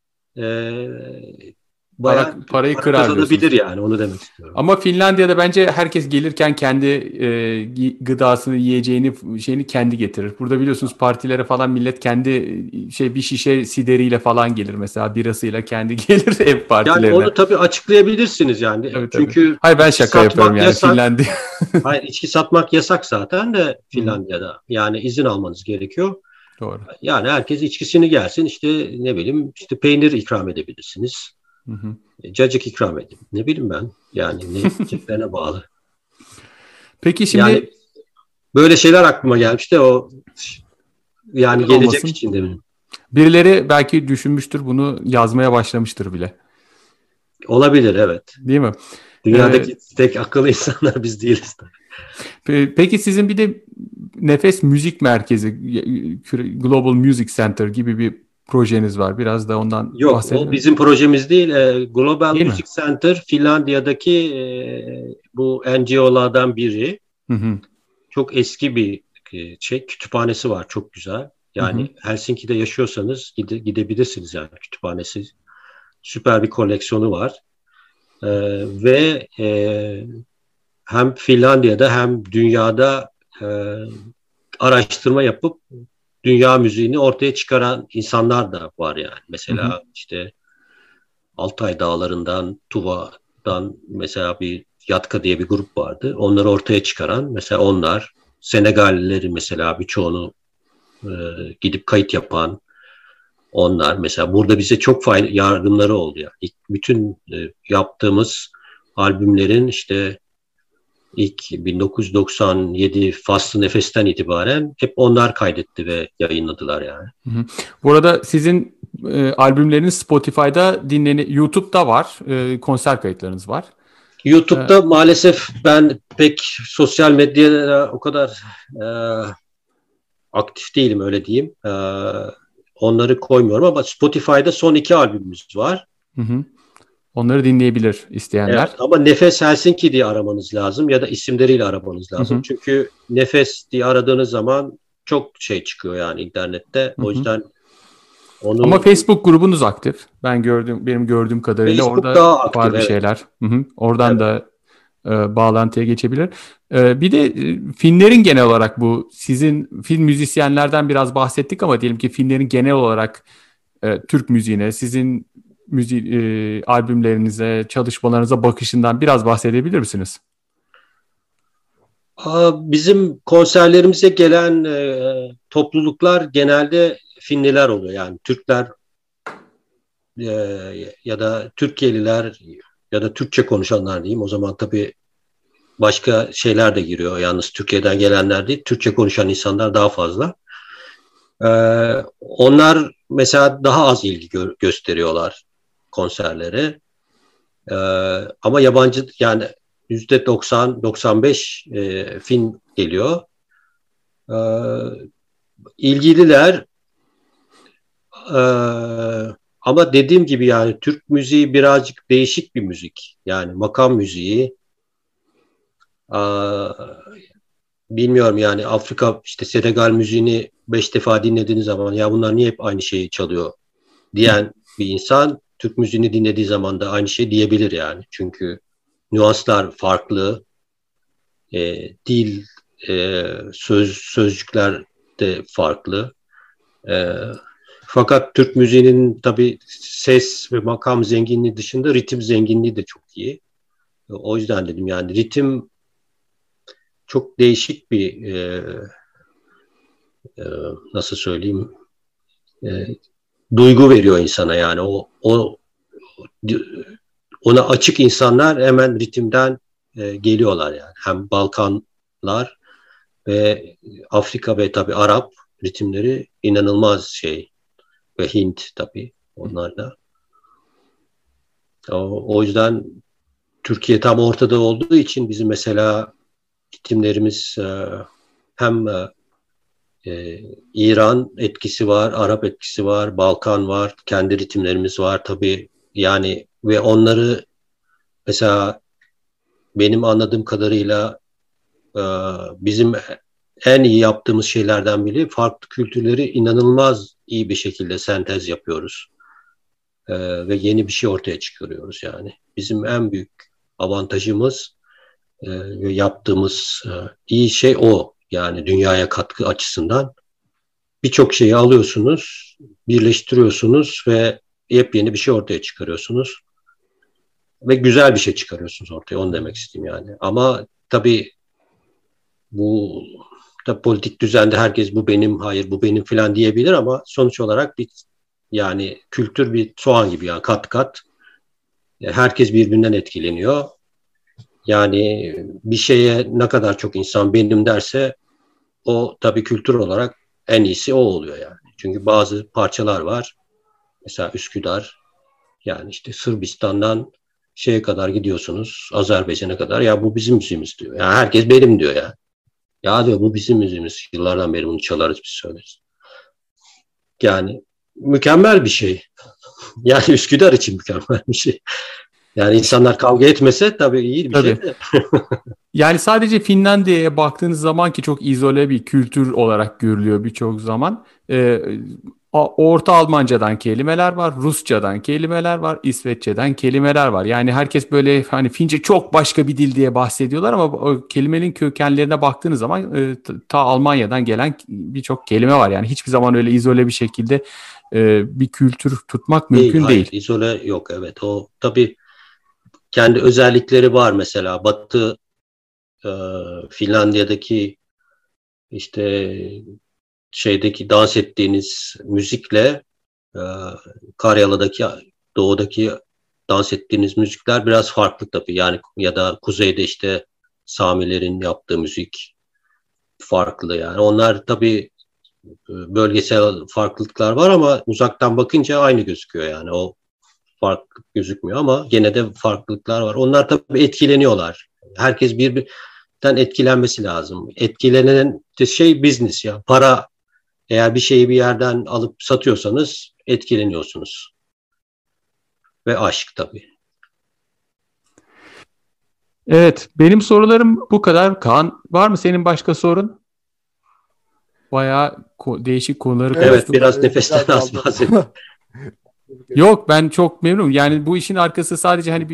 parayı para kazanabilir yani, onu demek istiyorum. Ama Finlandiya'da bence herkes gelirken kendi gıdasını, yiyeceğini, şeyini kendi getirir. Burada biliyorsunuz partilere falan millet kendi bir şişe sideriyle falan gelir mesela, birasıyla kendi gelir ev partilerine. Yani onu tabii açıklayabilirsiniz yani. Tabii, çünkü tabii. Hayır, ben şaka yapıyorum yani yasak. Finlandiya. Hayır, içki satmak yasak zaten de Finlandiya'da. Yani izin almanız gerekiyor. Doğru. Yani herkes içkisini gelsin, işte ne bileyim işte peynir ikram edebilirsiniz. Cacık ikram edin. Ne bileyim ben. Yani ne ceplerine bağlı. Peki şimdi yani böyle şeyler aklıma gelmişti, o yani gelecek olmasın için de benim. Birileri belki düşünmüştür, bunu yazmaya başlamıştır bile. Olabilir, evet. Değil mi? Dünyadaki tek akıllı insanlar biz değiliz. Peki sizin bir de Nefes Müzik Merkezi, Global Music Center gibi bir projeniz var. Biraz da ondan bahsedelim. Yok, o bizim projemiz değil. Global değil Music mi? Center Finlandiya'daki bu NGO'lardan biri. Çok eski bir kütüphanesi var, çok güzel. Yani Helsinki'de yaşıyorsanız gidebilirsiniz yani, kütüphanesi. Süper bir koleksiyonu var. Ve hem Finlandiya'da hem dünyada araştırma yapıp dünya müziğini ortaya çıkaran insanlar da var yani. Mesela işte Altay Dağları'ndan, Tuva'dan mesela bir Yatka diye bir grup vardı. Onları ortaya çıkaran mesela onlar, Senegallileri mesela birçoğunu gidip kayıt yapan onlar. Mesela burada bize çok yardımları oldu. Yani. Bütün yaptığımız albümlerin işte ilk 1997 Faslı Nefes'ten itibaren hep onlar kaydetti ve yayınladılar yani. Bu arada sizin albümleriniz Spotify'da YouTube'da var. Konser kayıtlarınız var. YouTube'da maalesef ben pek sosyal medyada o kadar aktif değilim, öyle diyeyim. Onları koymuyorum ama Spotify'da son 2 albümümüz var. Onları dinleyebilir isteyenler. Evet, ama Nefes Helsinki diye aramanız lazım ya da isimleriyle aramanız lazım. Çünkü Nefes diye aradığınız zaman çok şey çıkıyor yani internette. O yüzden onu... Ama Facebook grubunuz aktif. Benim gördüğüm kadarıyla Facebook orada aktif, var bir şeyler. Oradan da bağlantıya geçebilir. Bir de Finlerin genel olarak bu sizin Fin müzisyenlerden biraz bahsettik ama diyelim ki Finlerin genel olarak Türk müziğine, sizin albümlerinize, çalışmalarınıza bakışından biraz bahsedebilir misiniz? Bizim konserlerimize gelen topluluklar genelde Finliler oluyor. Yani Türkler ya da Türkiye'liler ya da Türkçe konuşanlar diyeyim. O zaman tabii başka şeyler de giriyor. Yalnız Türkiye'den gelenler değil, Türkçe konuşan insanlar daha fazla. Onlar mesela daha az ilgi gösteriyorlar konserlere. Ama yabancı yani %90-95 Fin geliyor. İlgililer. Ama dediğim gibi yani Türk müziği birazcık değişik bir müzik. Yani makam müziği. Bilmiyorum yani Afrika işte Senegal müziğini 5 defa dinlediğiniz zaman ya bunlar niye hep aynı şeyi çalıyor diyen bir insan Türk müziğini dinlediği zaman da aynı şey diyebilir yani. Çünkü nüanslar farklı, dil, sözcükler de farklı. Fakat Türk müziğinin tabii ses ve makam zenginliği dışında ritim zenginliği de çok iyi. O yüzden dedim yani ritim çok değişik bir nasıl söyleyeyim duygu veriyor insana yani ona açık insanlar hemen ritimden geliyorlar yani. Hem Balkanlar ve Afrika ve tabii Arap ritimleri inanılmaz şey ve Hint tabii onlar da. O yüzden Türkiye tam ortada olduğu için bizim mesela ritimlerimiz hem İran etkisi var, Arap etkisi var, Balkan var, kendi ritimlerimiz var tabii yani ve onları mesela benim anladığım kadarıyla bizim en iyi yaptığımız şeylerden biri farklı kültürleri inanılmaz iyi bir şekilde sentez yapıyoruz ve yeni bir şey ortaya çıkarıyoruz yani. Bizim en büyük avantajımız yaptığımız iyi şey o. Yani dünyaya katkı açısından birçok şeyi alıyorsunuz, birleştiriyorsunuz ve yepyeni bir şey ortaya çıkarıyorsunuz. Ve güzel bir şey çıkarıyorsunuz ortaya. Onu demek isteyeyim yani. Ama tabii bu da politik düzende herkes bu benim, hayır bu benim falan diyebilir ama sonuç olarak yani kültür bir soğan gibi yani kat kat. Herkes birbirinden etkileniyor. Yani bir şeye ne kadar çok insan benim derse o tabii kültür olarak en iyisi o oluyor yani. Çünkü bazı parçalar var. Mesela Üsküdar yani işte Sırbistan'dan şeye kadar gidiyorsunuz Azerbaycan'a kadar ya bu bizim müziğimiz diyor. Yani herkes benim diyor ya. Ya diyor bu bizim müziğimiz. Yıllardan beri bunu çalarız biz söyleriz. Yani mükemmel bir şey. Yani Üsküdar için mükemmel bir şey. Yani insanlar kavga etmese tabii iyi bir şey de. Yani sadece Finlandiya'ya baktığınız zaman ki çok izole bir kültür olarak görülüyor birçok zaman. Orta Almancadan kelimeler var, Rusçadan kelimeler var, İsveççeden kelimeler var. Yani herkes böyle hani Fince çok başka bir dil diye bahsediyorlar ama o kelimenin kökenlerine baktığınız zaman ta Almanya'dan gelen birçok kelime var. Yani hiçbir zaman öyle izole bir şekilde bir kültür tutmak mümkün değil. Hayır, izole yok, evet. O tabii kendi özellikleri var. Mesela Batı Finlandiya'daki işte şeydeki dans ettiğiniz müzikle Karyalı'daki, doğudaki dans ettiğiniz müzikler biraz farklı tabii. Yani ya da kuzeyde işte Samilerin yaptığı müzik farklı yani. Onlar tabii bölgesel farklılıklar var ama uzaktan bakınca aynı gözüküyor yani. O fark gözükmüyor ama gene de farklılıklar var. Onlar tabii etkileniyorlar. Herkes birbirinden etkilenmesi lazım. Etkilenen şey business ya. Para, eğer bir şeyi bir yerden alıp satıyorsanız etkileniyorsunuz. Ve aşk tabii. Evet, benim sorularım bu kadar. Kaan, var mı senin başka sorun? Bayağı değişik konuları konuştuk. Evet, biraz nefesten az bahsettim. Yok, ben çok memnunum. Yani bu işin arkası sadece hani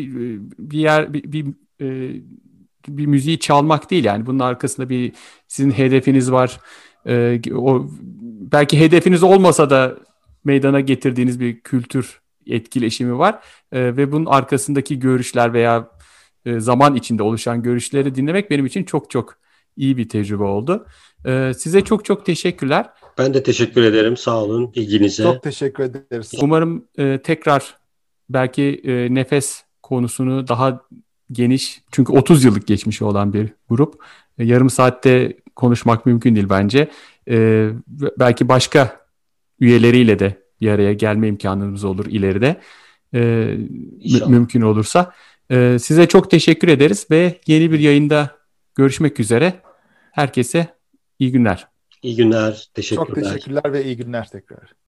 bir müziği çalmak değil yani. Bunun arkasında sizin hedefiniz var. O belki hedefiniz olmasa da meydana getirdiğiniz bir kültür etkileşimi var. Ve bunun arkasındaki görüşler veya zaman içinde oluşan görüşleri dinlemek benim için çok çok iyi bir tecrübe oldu. Size çok çok teşekkürler. Ben de teşekkür ederim. Sağ olun ilginize. Çok teşekkür ederiz. Umarım tekrar belki nefes konusunu daha geniş, çünkü 30 yıllık geçmişi olan bir grup. Yarım saatte konuşmak mümkün değil bence. Belki başka üyeleriyle de bir araya gelme imkanımız olur ileride. Mümkün olursa. Size çok teşekkür ederiz ve yeni bir yayında görüşmek üzere. Herkese iyi günler. İyi günler. Teşekkürler. Çok teşekkürler ve iyi günler tekrar.